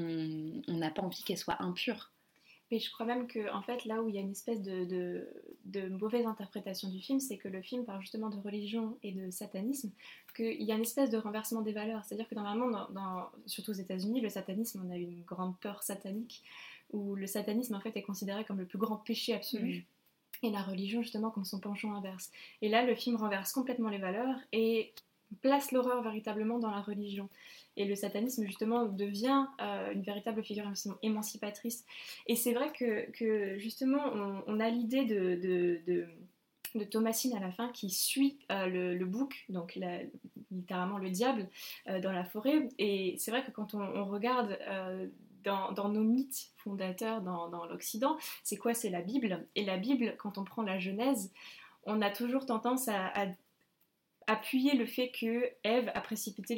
n'a pas envie qu'elle soit impure. Mais je crois même que, en fait, là où il y a une espèce de mauvaise interprétation du film, c'est que le film parle justement de religion et de satanisme, qu'il y a une espèce de renversement des valeurs. C'est-à-dire que normalement, surtout aux États-Unis, le satanisme, on a une grande peur satanique, où le satanisme, en fait, est considéré comme le plus grand péché absolu. Et la religion justement comme son penchant inverse. Et là le film renverse complètement les valeurs, et place l'horreur véritablement dans la religion. Et le satanisme, justement, devient une véritable figure émancipatrice. Et c'est vrai que justement, on a l'idée de Thomasine à la fin qui suit le bouc, donc littéralement le diable, dans la forêt. Et c'est vrai que quand on regarde dans nos mythes fondateurs dans l'Occident, c'est quoi? C'est la Bible. Et la Bible, quand on prend la Genèse, on a toujours tendance à appuyer le fait que Ève a précipité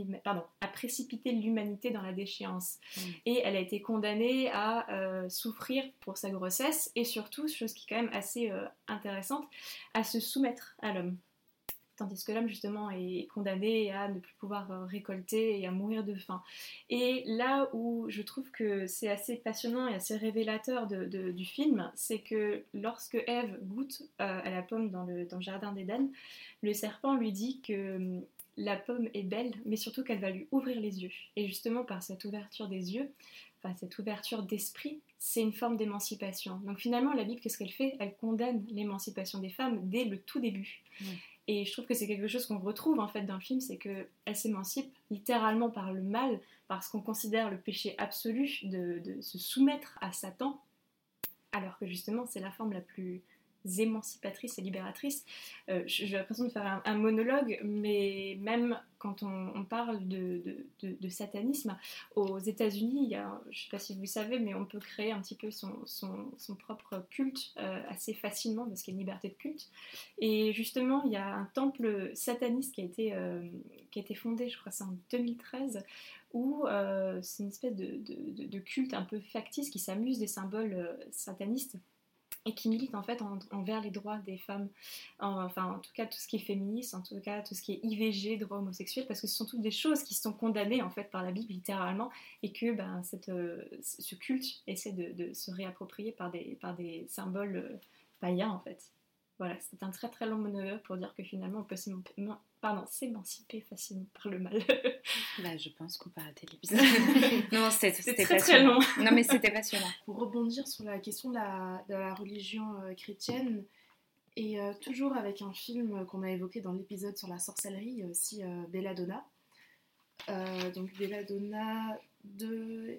l'humanité dans la déchéance. Et elle a été condamnée à souffrir pour sa grossesse et surtout, chose qui est quand même assez intéressante, à se soumettre à l'homme. Tandis que l'homme, justement, est condamné à ne plus pouvoir récolter et à mourir de faim. Et là où je trouve que c'est assez passionnant et assez révélateur du film, c'est que lorsque Ève goûte à la pomme dans le jardin d'Éden, le serpent lui dit que la pomme est belle, mais surtout qu'elle va lui ouvrir les yeux. Et justement, par cette ouverture des yeux, enfin cette ouverture d'esprit, c'est une forme d'émancipation. Donc finalement, la Bible, qu'est-ce qu'elle fait? Elle condamne l'émancipation des femmes dès le tout début. Et je trouve que c'est quelque chose qu'on retrouve en fait dans le film, c'est qu'elle s'émancipe littéralement par le mal, parce qu'on considère le péché absolu de se soumettre à Satan, alors que justement c'est la forme la plus émancipatrice et libératrice. J'ai l'impression de faire un monologue, mais même quand on parle de satanisme, aux États-Unis, il y a, je ne sais pas si vous savez, mais on peut créer un petit peu son propre culte assez facilement, parce qu'il y a une liberté de culte. Et justement, il y a un temple sataniste qui a été fondé, je crois c'est en 2013, où c'est une espèce de culte un peu factice qui s'amuse des symboles satanistes et qui milite en fait envers les droits des femmes, enfin en tout cas tout ce qui est féministe, en tout cas tout ce qui est IVG, droits homosexuels, parce que ce sont toutes des choses qui sont condamnées en fait par la Bible littéralement, et que ce culte essaie de se réapproprier par des symboles païens en fait. Voilà, c'est un très très long monologue pour dire que finalement on peut s'émanciper facilement par le mal. Là, je pense qu'on peut arrêter l'épisode. Non, c'était très, passionnant. très long. Non, mais c'était passionnant. Pour rebondir sur la question de la religion chrétienne, et toujours avec un film qu'on a évoqué dans l'épisode sur la sorcellerie, il y a aussi Belladonna. Donc Belladonna de...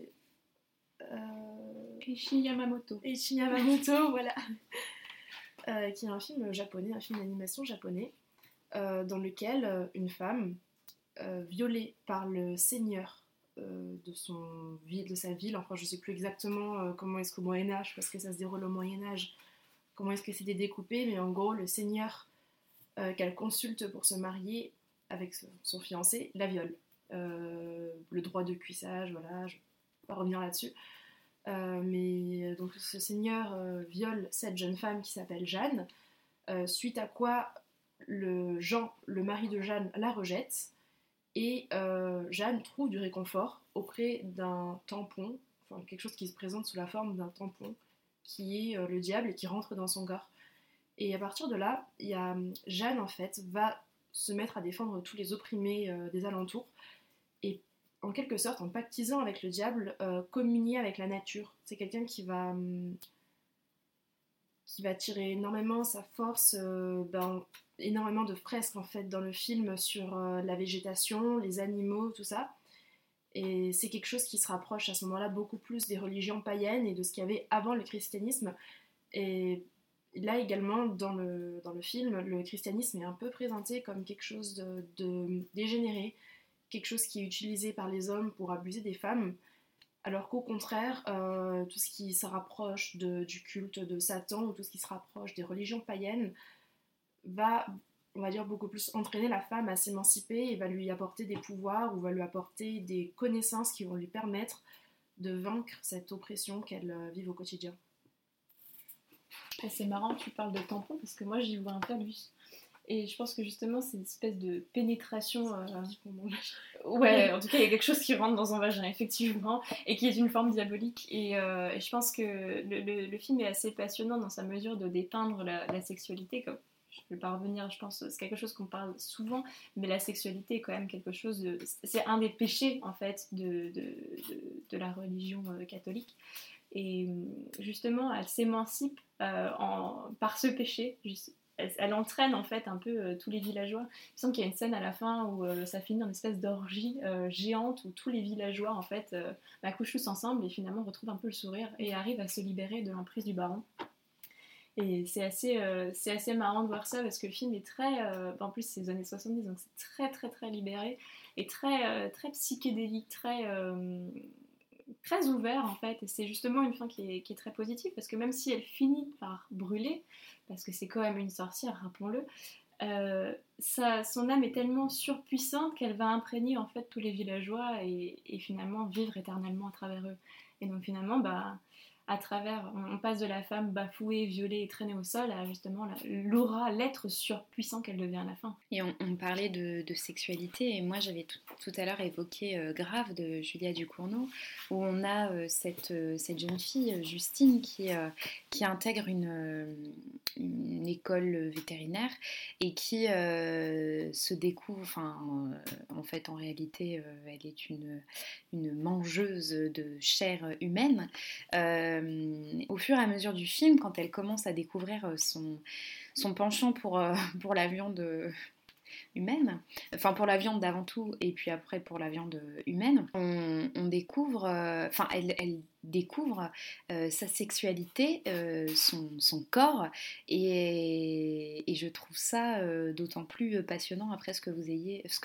Eiichi Yamamoto. Eiichi Yamamoto, voilà. Qui est un film japonais, un film d'animation japonais, dans lequel une femme violée par le seigneur de sa ville, enfin je sais plus exactement comment est-ce qu'au Moyen-Âge, parce que ça se déroule au Moyen-Âge, comment est-ce que c'était découpé, mais en gros le seigneur qu'elle consulte pour se marier avec son fiancé la viole. Le droit de cuissage, voilà, je ne vais pas revenir là-dessus. Mais donc ce seigneur viole cette jeune femme qui s'appelle Jeanne, suite à quoi le mari de Jeanne la rejette, et Jeanne trouve du réconfort auprès d'un tampon, enfin quelque chose qui se présente sous la forme d'un tampon, qui est le diable et qui rentre dans son corps. Et à partir de là, Jeanne en fait va se mettre à défendre tous les opprimés des alentours, et en quelque sorte, en pactisant avec le diable, communier avec la nature. C'est quelqu'un qui va tirer énormément sa force énormément de fresques en fait dans le film sur la végétation, les animaux, tout ça. Et c'est quelque chose qui se rapproche à ce moment-là beaucoup plus des religions païennes et de ce qu'il y avait avant le christianisme. Et là également, dans le film, le christianisme est un peu présenté comme quelque chose de dégénéré, quelque chose qui est utilisé par les hommes pour abuser des femmes, alors qu'au contraire, tout ce qui se rapproche du culte de Satan, ou tout ce qui se rapproche des religions païennes, va, on va dire, beaucoup plus entraîner la femme à s'émanciper et va lui apporter des pouvoirs, ou va lui apporter des connaissances qui vont lui permettre de vaincre cette oppression qu'elle vit au quotidien. Et c'est marrant que tu parles de tampon, parce que moi j'y vois un phallus. Et je pense que justement c'est une espèce de pénétration. Ouais, en tout cas il y a quelque chose qui rentre dans un vagin, effectivement, et qui est une forme diabolique. Et je pense que le film est assez passionnant dans sa mesure de dépeindre la sexualité. Comme je ne vais pas revenir, je pense, c'est quelque chose qu'on parle souvent, mais la sexualité est quand même quelque chose de. C'est un des péchés en fait de la religion catholique. Et justement, elle s'émancipe par ce péché, elle entraîne en fait un peu tous les villageois. Il me semble qu'il y a une scène à la fin où ça finit en espèce d'orgie géante où tous les villageois en fait couchent tous ensemble et finalement retrouvent un peu le sourire et arrivent à se libérer de l'emprise du baron. Et c'est assez marrant de voir ça parce que le film est très... en plus c'est les années 70 donc c'est très très très libéré et très psychédélique, très ouvert en fait, et c'est justement une fin qui est très positive parce que même si elle finit par brûler, parce que c'est quand même une sorcière, rappelons-le, son âme est tellement surpuissante qu'elle va imprégner en fait tous les villageois et finalement vivre éternellement à travers eux. Et donc finalement, à travers, on passe de la femme bafouée, violée et traînée au sol à justement l'aura, l'être surpuissant qu'elle devient à la fin. Et on parlait de sexualité, et moi j'avais tout à l'heure évoqué Grave de Julia Ducournau, où on a cette jeune fille, Justine, qui intègre une école vétérinaire et qui se découvre, en fait en réalité elle est une mangeuse de chair humaine. Au fur et à mesure du film, quand elle commence à découvrir son penchant pour la viande humaine, enfin pour la viande avant tout et puis après pour la viande humaine, on découvre, elle découvre sa sexualité, son corps et je trouve ça d'autant plus passionnant après ce que vous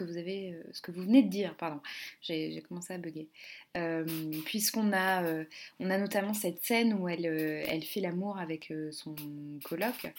venez de dire, pardon, j'ai commencé à bugger. Puisqu'on a notamment cette scène où elle fait l'amour avec son coloc,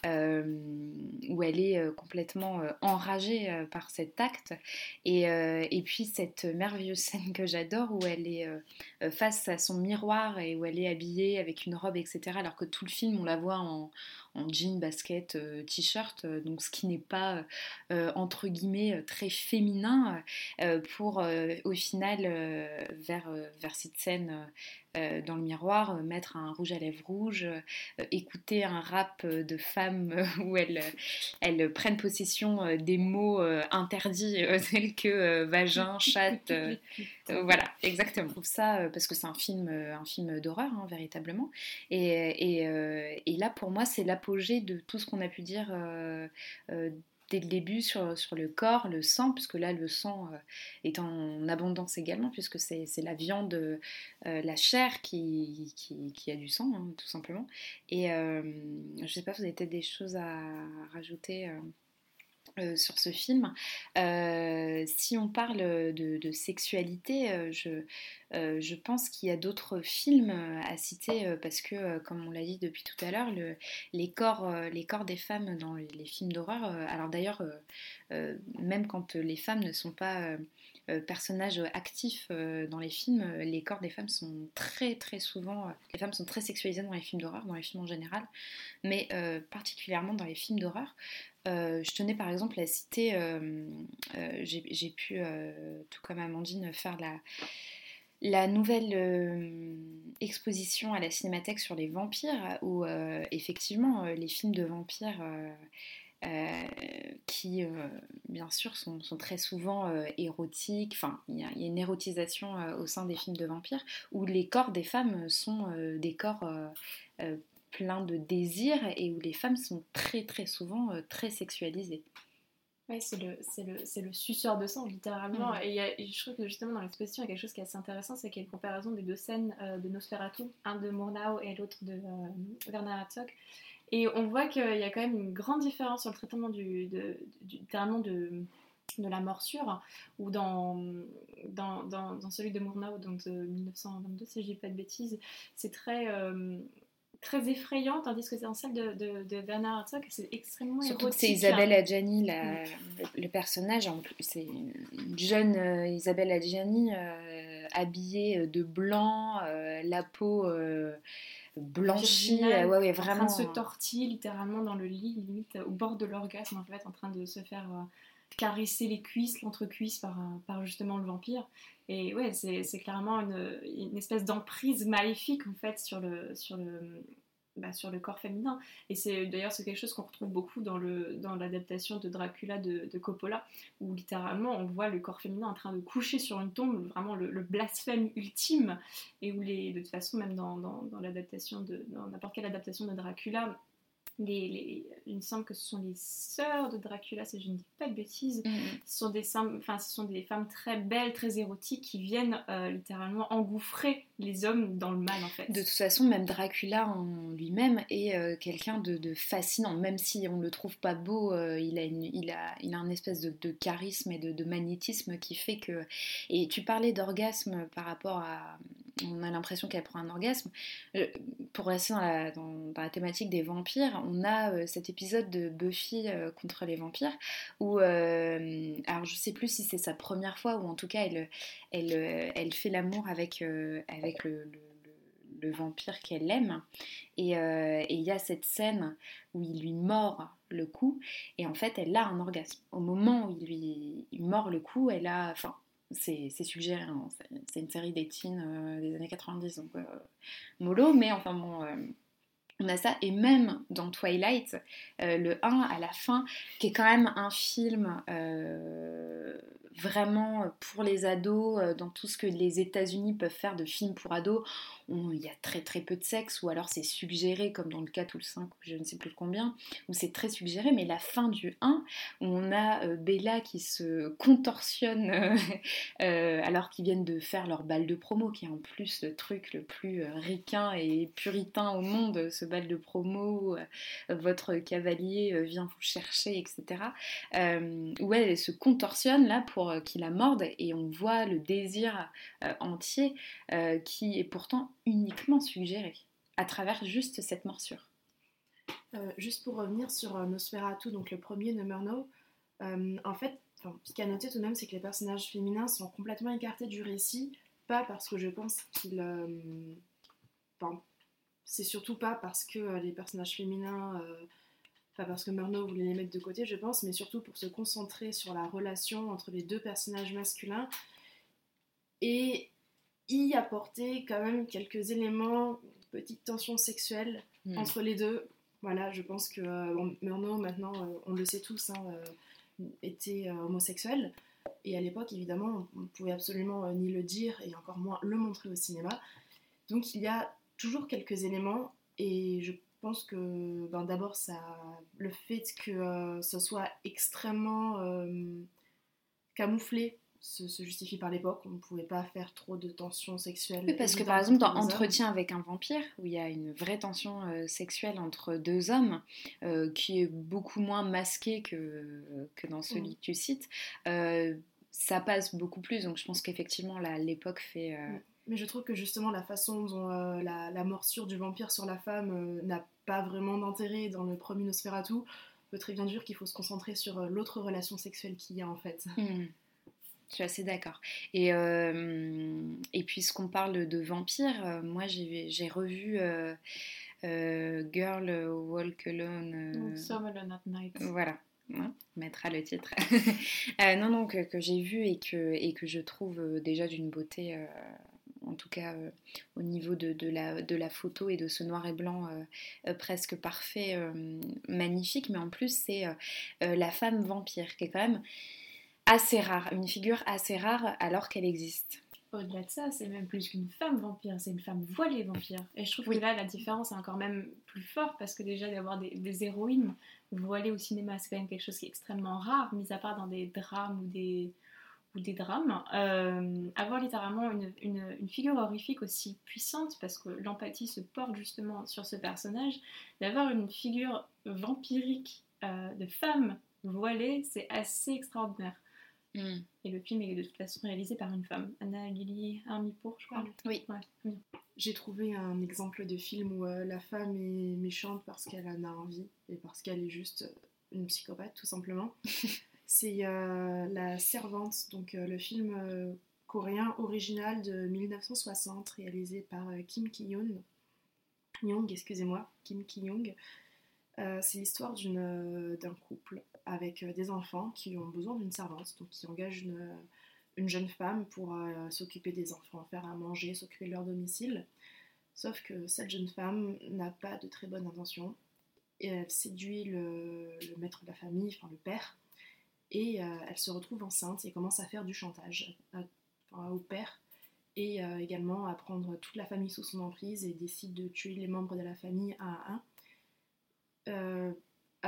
où elle est complètement enragée par cet acte, et puis cette merveilleuse scène que j'adore où elle est face à son miroir et où elle est habillée avec une robe, etc., alors que tout le film on la voit en jean, basket, t-shirt, donc ce qui n'est pas entre guillemets très féminin, pour au final vers cette scène dans le miroir, mettre un rouge à lèvres rouge, écouter un rap de femmes où elles prennent possession des mots interdits tels que vagin, chatte, voilà, exactement. Je trouve ça parce que c'est un film d'horreur, hein, véritablement, et là pour moi c'est l'apogée de tout ce qu'on a pu dire dès le début sur le corps, le sang, puisque là le sang est en abondance également, puisque c'est la viande, la chair qui a du sang, hein, tout simplement. Et je sais pas, vous avez peut-être des choses à rajouter sur ce film. Si on parle de sexualité, je pense qu'il y a d'autres films à citer parce que, comme on l'a dit depuis tout à l'heure, les corps des femmes dans les films d'horreur, alors d'ailleurs, même quand les femmes ne sont pas personnages actifs dans les films, les corps des femmes sont très très souvent, les femmes sont très sexualisées dans les films d'horreur, dans les films en général, mais particulièrement dans les films d'horreur. Je tenais par exemple à citer, j'ai pu, tout comme Amandine, faire la nouvelle exposition à la Cinémathèque sur les vampires, où effectivement les films de vampires qui bien sûr sont très souvent érotiques, enfin il y a une érotisation au sein des films de vampires, où les corps des femmes sont des corps plein de désir et où les femmes sont très très souvent très sexualisées. Ouais, c'est le suceur de sang, littéralement. Et je trouve que justement dans l'exposition, il y a quelque chose qui est assez intéressant, c'est qu'il y a une comparaison des deux scènes de Nosferatu, un de Murnau et l'autre de Werner Herzog. Et on voit qu'il y a quand même une grande différence sur le traitement littéralement de la morsure, ou dans celui de Murnau, donc de 1922, si je dis pas de bêtises, c'est très effrayant, tandis que c'est dans celle de Werner Herzog, c'est extrêmement surtout érotique. Que c'est Isabelle Adjani, le personnage, c'est une jeune Isabelle Adjani habillée de blanc, la peau blanchie, ouais, vraiment en train de se tortiller littéralement dans le lit, limite au bord de l'orgasme, en fait, en train de se faire caresser les cuisses, l'entrecuisse par justement le vampire. Et ouais, c'est clairement une espèce d'emprise maléfique en fait sur le corps féminin. Et d'ailleurs c'est quelque chose qu'on retrouve beaucoup dans l'adaptation de Dracula de Coppola, où littéralement on voit le corps féminin en train de coucher sur une tombe, vraiment le blasphème ultime, et où de toute façon même dans n'importe quelle adaptation de Dracula, il me semble que ce sont les sœurs de Dracula, si je ne dis pas de bêtises. Ce sont des femmes très belles, très érotiques qui viennent littéralement engouffrer les hommes dans le mal en fait. De toute façon, même Dracula en lui-même est quelqu'un de fascinant, même si on ne le trouve pas beau, il a un espèce de charisme et de magnétisme qui fait que... Et tu parlais d'orgasme par rapport à... On a l'impression qu'elle prend un orgasme. Pour rester dans la thématique des vampires, on a cet épisode de Buffy contre les vampires où, alors je sais plus si c'est sa première fois ou en tout cas elle fait l'amour avec le vampire qu'elle aime et il y a cette scène où il lui mord le cou et en fait elle a un orgasme. Au moment où il mord le cou, elle a... Enfin, c'est suggéré, hein, c'est une série des teens des années 90, donc mollo, mais enfin bon... on a ça, et même dans Twilight, le 1 à la fin, qui est quand même un film vraiment pour les ados, dans tout ce que les États-Unis peuvent faire de films pour ados, il y a très très peu de sexe, ou alors c'est suggéré, comme dans le 4 ou le 5, ou je ne sais plus combien, où c'est très suggéré, mais la fin du 1, où on a Bella qui se contorsionne alors qu'ils viennent de faire leur bal de promo, qui est en plus le truc le plus ricain et puritain au monde, ce bal de promo, votre cavalier vient vous chercher, etc. Où elle se contorsionne là pour qu'il la morde et on voit le désir entier qui est pourtant uniquement suggéré à travers juste cette morsure. Juste pour revenir sur Nosferatu, donc le premier de Murnau, en fait, ce qu'il y a à noter tout de même, c'est que les personnages féminins sont complètement écartés du récit, pas parce que je pense qu'ils... c'est surtout pas parce que les personnages féminins... pas parce que Murnau voulait les mettre de côté, je pense, mais surtout pour se concentrer sur la relation entre les deux personnages masculins et y apporter quand même quelques éléments, une petite tension sexuelle entre les deux. Voilà, je pense que Murnau, maintenant, on le sait tous, était homosexuel. Et à l'époque, évidemment, on ne pouvait absolument ni le dire et encore moins le montrer au cinéma. Donc il y a toujours quelques éléments et je pense que d'abord, le fait que ce soit extrêmement camouflé se justifie par l'époque. On ne pouvait pas faire trop de tensions sexuelles. Oui, parce que par exemple dans Entretien avec un vampire, où il y a une vraie tension sexuelle entre deux hommes, qui est beaucoup moins masquée que dans celui que tu cites, ça passe beaucoup plus. Donc je pense qu'effectivement l'époque fait... Mais je trouve que justement la façon dont la morsure du vampire sur la femme n'a pas vraiment d'intérêt dans le premier Nosferatu peut très bien dire qu'il faut se concentrer sur l'autre relation sexuelle qu'il y a en fait. Je suis assez d'accord. Et puisqu'on parle de vampires, moi j'ai revu Girl Walk Alone. Some Alone at Night. Voilà. On mettra le titre. Non, que j'ai vu et que je trouve déjà d'une beauté, en tout cas au niveau de la photo et de ce noir et blanc presque parfait, magnifique. Mais en plus, c'est la femme vampire, qui est quand même assez rare, une figure assez rare alors qu'elle existe. Au-delà de ça, c'est même plus qu'une femme vampire, c'est une femme voilée vampire. Et je trouve que là, la différence est encore même plus forte parce que déjà d'avoir des héroïnes voilées au cinéma, c'est quand même quelque chose qui est extrêmement rare, mis à part dans des drames ou des drames. Avoir littéralement une figure horrifique aussi puissante, parce que l'empathie se porte justement sur ce personnage, d'avoir une figure vampirique de femme voilée, c'est assez extraordinaire. Et le film est de toute façon réalisé par une femme, Anna Lily Armipour, je crois. Oui. Ouais. J'ai trouvé un exemple de film où la femme est méchante parce qu'elle en a envie et parce qu'elle est juste une psychopathe, tout simplement. C'est La Servante, donc le film coréen original de 1960, réalisé par Kim Ki-young. Kim Ki-young. C'est l'histoire d'un couple avec des enfants qui ont besoin d'une servante, donc qui engagent une jeune femme pour s'occuper des enfants, faire à manger, s'occuper de leur domicile. Sauf que cette jeune femme n'a pas de très bonnes intentions et elle séduit le maître de la famille, enfin le père, et elle se retrouve enceinte et commence à faire du chantage au père et également à prendre toute la famille sous son emprise et décide de tuer les membres de la famille un à un.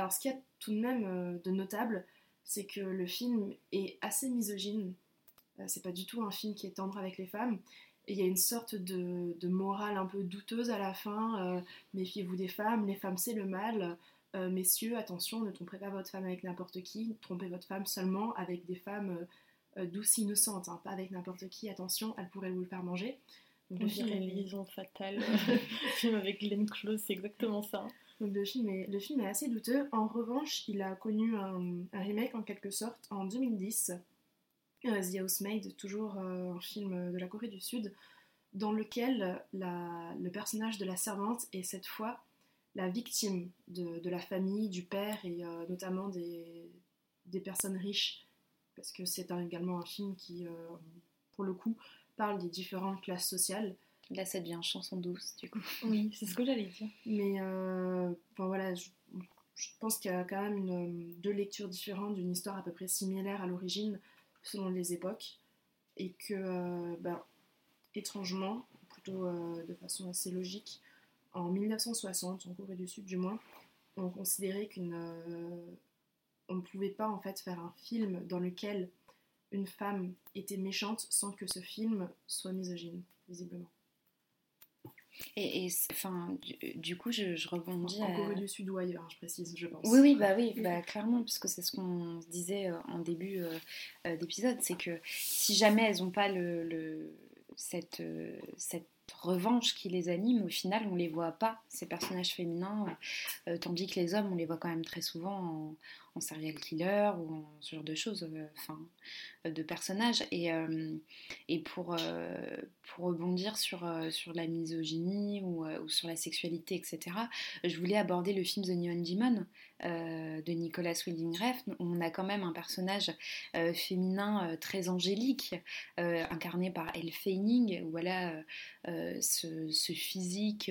Alors ce qu'il y a tout de même de notable, c'est que le film est assez misogyne. C'est pas du tout un film qui est tendre avec les femmes. Et il y a une sorte de morale un peu douteuse à la fin. Méfiez-vous des femmes, les femmes c'est le mal. Messieurs, attention, ne trompez pas votre femme avec n'importe qui. Trompez votre femme seulement avec des femmes douces, innocentes. Hein, pas avec n'importe qui, attention, elle pourrait vous le faire manger. Donc, On dirait Liaison fatale, film avec Glenn Close, c'est exactement ça. Donc le film est assez douteux. En revanche, il a connu un remake en quelque sorte en 2010. The Housemaid, toujours un film de la Corée du Sud, dans lequel le personnage de la servante est cette fois la victime de la famille, du père et notamment des personnes riches. Parce que c'est également un film qui, pour le coup, parle des différentes classes sociales. Là, ça devient chanson douce, du coup. Oui, c'est ce que j'allais dire. Mais voilà, je pense qu'il y a quand même deux lectures différentes d'une histoire à peu près similaire à l'origine, selon les époques, et que, étrangement, plutôt de façon assez logique, en 1960, en Corée du Sud du moins, on considérait on ne pouvait pas en fait faire un film dans lequel une femme était méchante sans que ce film soit misogyne, visiblement. Et enfin, du coup, je rebondis en Corée du Sud ou ailleurs, je précise, je pense. Oui, clairement, parce que c'est ce qu'on se disait en début d'épisode, c'est que si jamais elles n'ont pas cette revanche qui les anime, au final, on les voit pas, ces personnages féminins, tandis que les hommes, on les voit quand même très souvent en serial killer ou en ce genre de choses, de personnages. Et pour rebondir sur la misogynie ou sur la sexualité, etc., je voulais aborder le film The Neon Demon de Nicolas Winding Refn, où on a quand même un personnage féminin très angélique, incarné par Elle Fanning, où voilà ce physique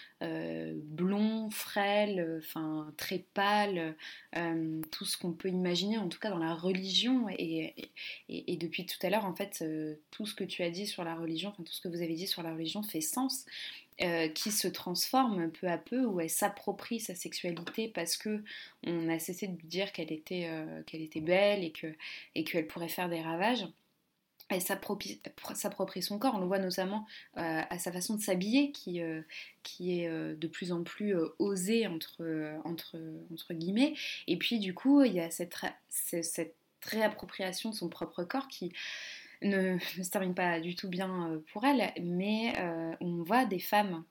blond, frêle, très pâle, tout ce qu'on peut imaginer, en tout cas dans la religion. Et depuis tout à l'heure, en fait, tout ce que tu as dit sur la religion, tout ce que vous avez dit sur la religion fait sens. Qui se transforme peu à peu, où elle s'approprie sa sexualité parce que on a cessé de lui dire qu'elle était belle et qu'elle pourrait faire des ravages. Elle s'approprie son corps. On le voit notamment à sa façon de s'habiller qui est de plus en plus osée entre guillemets. Et puis du coup, il y a cette réappropriation de son propre corps qui ne se termine pas du tout bien pour elle, mais on voit des femmes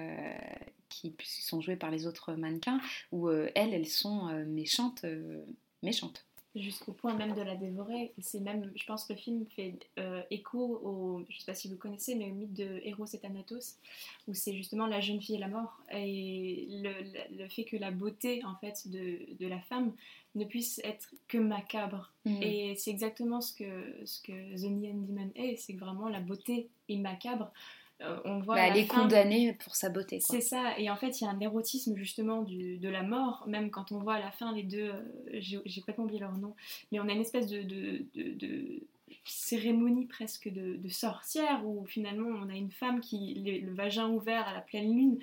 qui sont jouées par les autres mannequins où elles sont méchantes. Jusqu'au point même de la dévorer. C'est même, je pense que le film fait écho au, je sais pas si vous connaissez, mais au mythe de Eros et Thanatos, où c'est justement la jeune fille et la mort, et le fait que la beauté en fait de la femme ne puisse être que macabre. Et c'est exactement ce que The Neon Demon est, c'est que vraiment la beauté est macabre. On voit elle est condamnée pour sa beauté, quoi. C'est ça, et en fait il y a un érotisme justement de la mort, même quand on voit à la fin les deux, j'ai complètement oublié leur nom, mais on a une espèce de cérémonie presque de sorcière, où finalement on a une femme qui, le vagin ouvert à la pleine lune,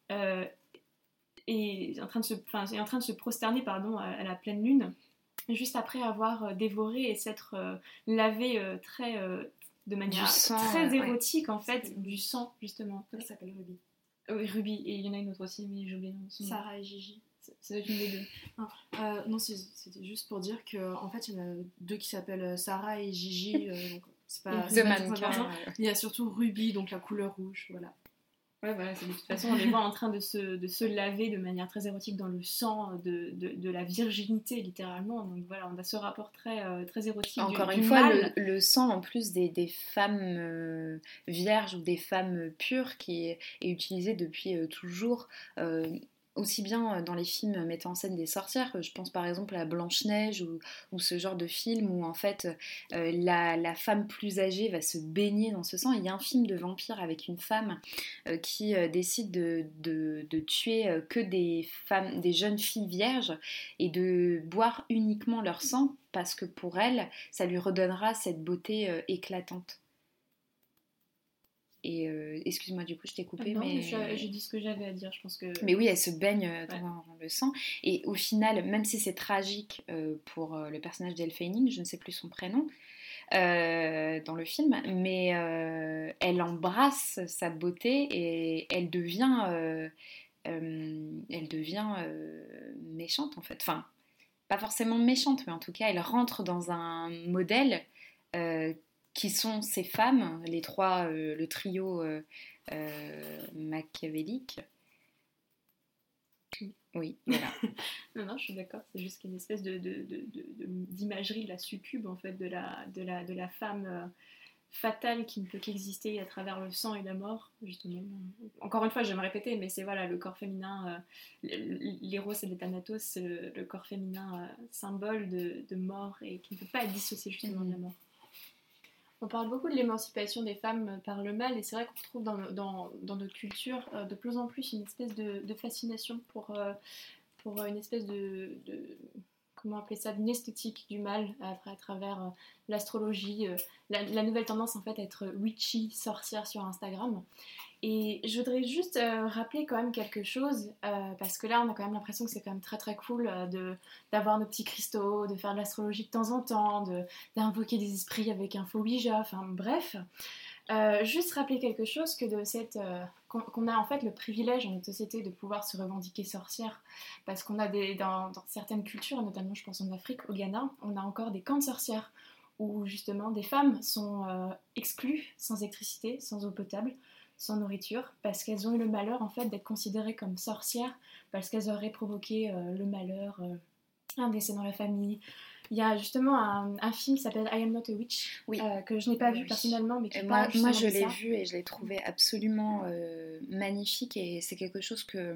est en train de se prosterner à la pleine lune, juste après avoir dévoré et s'être lavé de manière très érotique, en fait, du sang, justement. Elle s'appelle Ruby. Oui, Ruby, et il y en a une autre aussi, mais j'ai oublié le nom. Sarah et Gigi. Ça doit être une des deux. Non, c'était juste pour dire qu'en fait, il y en a deux qui s'appellent Sarah et Gigi, donc c'est pas deux mannequins. Il y a surtout Ruby, donc la couleur rouge, voilà. Ouais, voilà, de toute façon, on les voit en train de se laver de manière très érotique dans le sang de la virginité, littéralement. Donc voilà, on a ce rapport très érotique. Encore une fois, le sang, en plus des femmes vierges ou des femmes pures, qui est utilisé depuis toujours. Aussi bien dans les films mettant en scène des sorcières, je pense par exemple à Blanche-Neige ou ce genre de film où en fait la femme plus âgée va se baigner dans ce sang. Il y a un film de vampire avec une femme qui décide de tuer que des jeunes filles vierges et de boire uniquement leur sang parce que pour elle, ça lui redonnera cette beauté éclatante. Et excuse-moi, du coup, je t'ai coupé, Non, mais... mais j'ai dit ce que j'avais à dire, je pense que... Mais oui, elle se baigne dans le sang. Et au final, même si c'est tragique pour le personnage d'Elle Fanning, je ne sais plus son prénom, dans le film, mais elle embrasse sa beauté et elle devient méchante en fait. Enfin, pas forcément méchante, mais en tout cas, elle rentre dans un modèle qui sont ces femmes, les trois, le trio machiavélique. Oui, voilà. Non, je suis d'accord, c'est juste qu'il y a une espèce d'imagerie de la succube, en fait, de la femme fatale qui ne peut qu'exister à travers le sang et la mort, justement. Encore une fois, je vais me répéter, mais c'est voilà, le corps féminin, l'héros c'est le Thanatos, le corps féminin symbole de mort et qui ne peut pas être dissocié justement de la mort. On parle beaucoup de l'émancipation des femmes par le mal et c'est vrai qu'on retrouve dans notre culture de plus en plus une espèce de fascination pour une espèce comment appeler ça, d'une esthétique du mal à travers l'astrologie, la nouvelle tendance en fait à être witchy, sorcière sur Instagram. Et je voudrais juste rappeler quand même quelque chose, parce que là on a quand même l'impression que c'est quand même très très cool d'avoir nos petits cristaux, de faire de l'astrologie de temps en temps, d'invoquer des esprits avec un faux Ouija, enfin bref. Juste rappeler quelque chose que qu'on a en fait le privilège dans notre société de pouvoir se revendiquer sorcière parce qu'on a dans certaines cultures, notamment je pense en Afrique, au Ghana, on a encore des camps de sorcières où justement des femmes sont exclues sans électricité, sans eau potable, sans nourriture parce qu'elles ont eu le malheur en fait d'être considérées comme sorcières parce qu'elles auraient provoqué le malheur, un décès dans la famille. Il y a justement un film qui s'appelle I Am Not a Witch, Oui. Que je n'ai pas vu personnellement, mais qui moi, parle justement je de l'ai ça. vu et je l'ai trouvé absolument magnifique et c'est quelque chose que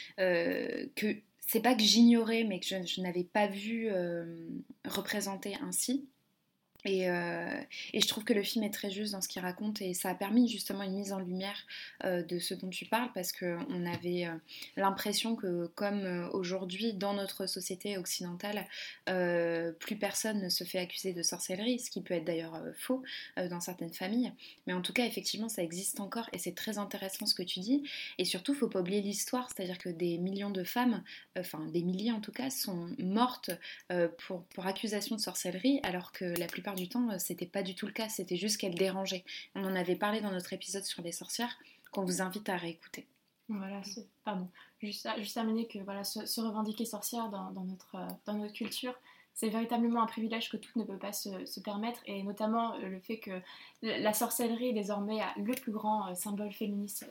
c'est pas que j'ignorais, mais que je n'avais pas vu représenté ainsi. Et je trouve que le film est très juste dans ce qu'il raconte et ça a permis justement une mise en lumière de ce dont tu parles parce qu'on avait l'impression que comme aujourd'hui dans notre société occidentale plus personne ne se fait accuser de sorcellerie, ce qui peut être d'ailleurs faux dans certaines familles, mais en tout cas effectivement ça existe encore et c'est très intéressant ce que tu dis et surtout faut pas oublier l'histoire, c'est à dire que des millions de femmes, enfin des milliers en tout cas, sont mortes pour accusation de sorcellerie alors que la plupart du temps c'était pas du tout le cas, c'était juste qu'elles dérangeaient. On en avait parlé dans notre épisode sur les sorcières qu'on vous invite à réécouter. Voilà, pardon. Juste terminer que voilà, se revendiquer sorcière dans notre culture, c'est véritablement un privilège que toutes ne peuvent pas se permettre, et notamment le fait que la sorcellerie est désormais le plus grand symbole féministe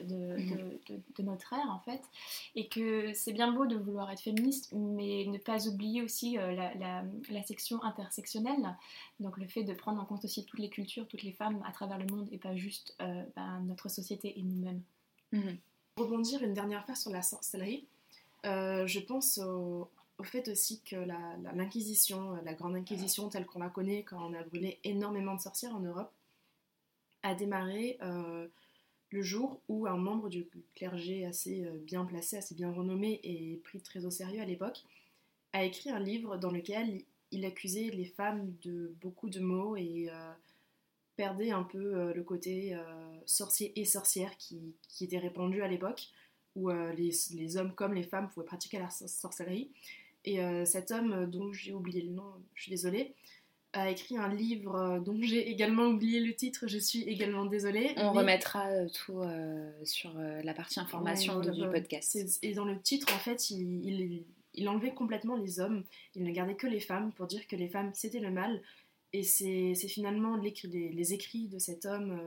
de notre ère, en fait, et que c'est bien beau de vouloir être féministe, mais ne pas oublier aussi la section intersectionnelle, donc le fait de prendre en compte aussi toutes les cultures, toutes les femmes à travers le monde, et pas juste notre société et nous-mêmes. Rebondir une dernière fois sur la sorcellerie, je pense au fait aussi que l'Inquisition, la Grande Inquisition telle qu'on la connaît quand on a brûlé énormément de sorcières en Europe, a démarré le jour où un membre du clergé assez bien placé, assez bien renommé et pris très au sérieux à l'époque, a écrit un livre dans lequel il accusait les femmes de beaucoup de maux et perdait un peu le côté sorcier et sorcière qui était répandu à l'époque, où les hommes comme les femmes pouvaient pratiquer la sorcellerie. Et cet homme, dont j'ai oublié le nom, je suis désolée, a écrit un livre dont j'ai également oublié le titre, je suis également désolée. On remettra tout sur la partie information du podcast. Et dans le titre, en fait, il enlevait complètement les hommes, il ne gardait que les femmes pour dire que les femmes c'était le mal. Et c'est finalement les écrits de cet homme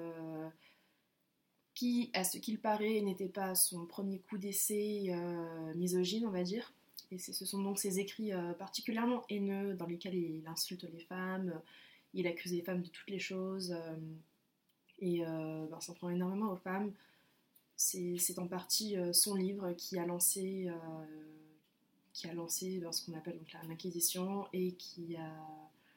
qui, à ce qu'il paraît, n'était pas son premier coup d'essai misogyne, on va dire. Et ce sont donc ces écrits particulièrement haineux dans lesquels il insulte les femmes, il accuse les femmes de toutes les choses, et s'en prend énormément aux femmes. C'est en partie son livre qui a lancé ce qu'on appelle donc l'Inquisition et qui a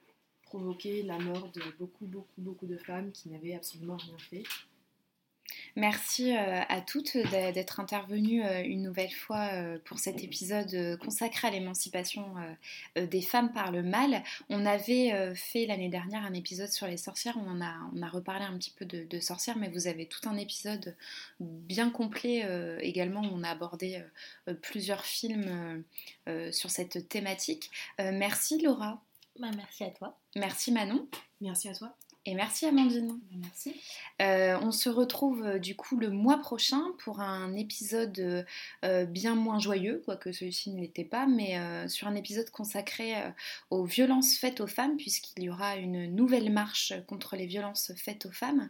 provoqué la mort de beaucoup de femmes qui n'avaient absolument rien fait. Merci à toutes d'être intervenues une nouvelle fois pour cet épisode consacré à l'émancipation des femmes par le mal. On avait fait l'année dernière un épisode sur les sorcières, on a reparlé un petit peu de sorcières, mais vous avez tout un épisode bien complet également où on a abordé plusieurs films sur cette thématique. Merci Laura. Merci à toi. Merci Manon. Merci à toi. Et merci Amandine. Merci. On se retrouve du coup le mois prochain pour un épisode bien moins joyeux, quoique celui-ci ne l'était pas, mais sur un épisode consacré aux violences faites aux femmes, puisqu'il y aura une nouvelle marche contre les violences faites aux femmes.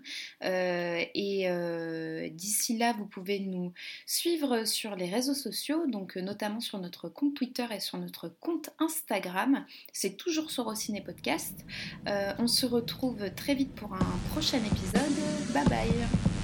D'ici là, vous pouvez nous suivre sur les réseaux sociaux, donc notamment sur notre compte Twitter et sur notre compte Instagram. C'est toujours Sorociné Podcast. On se retrouve très vite pour un prochain épisode. Bye bye.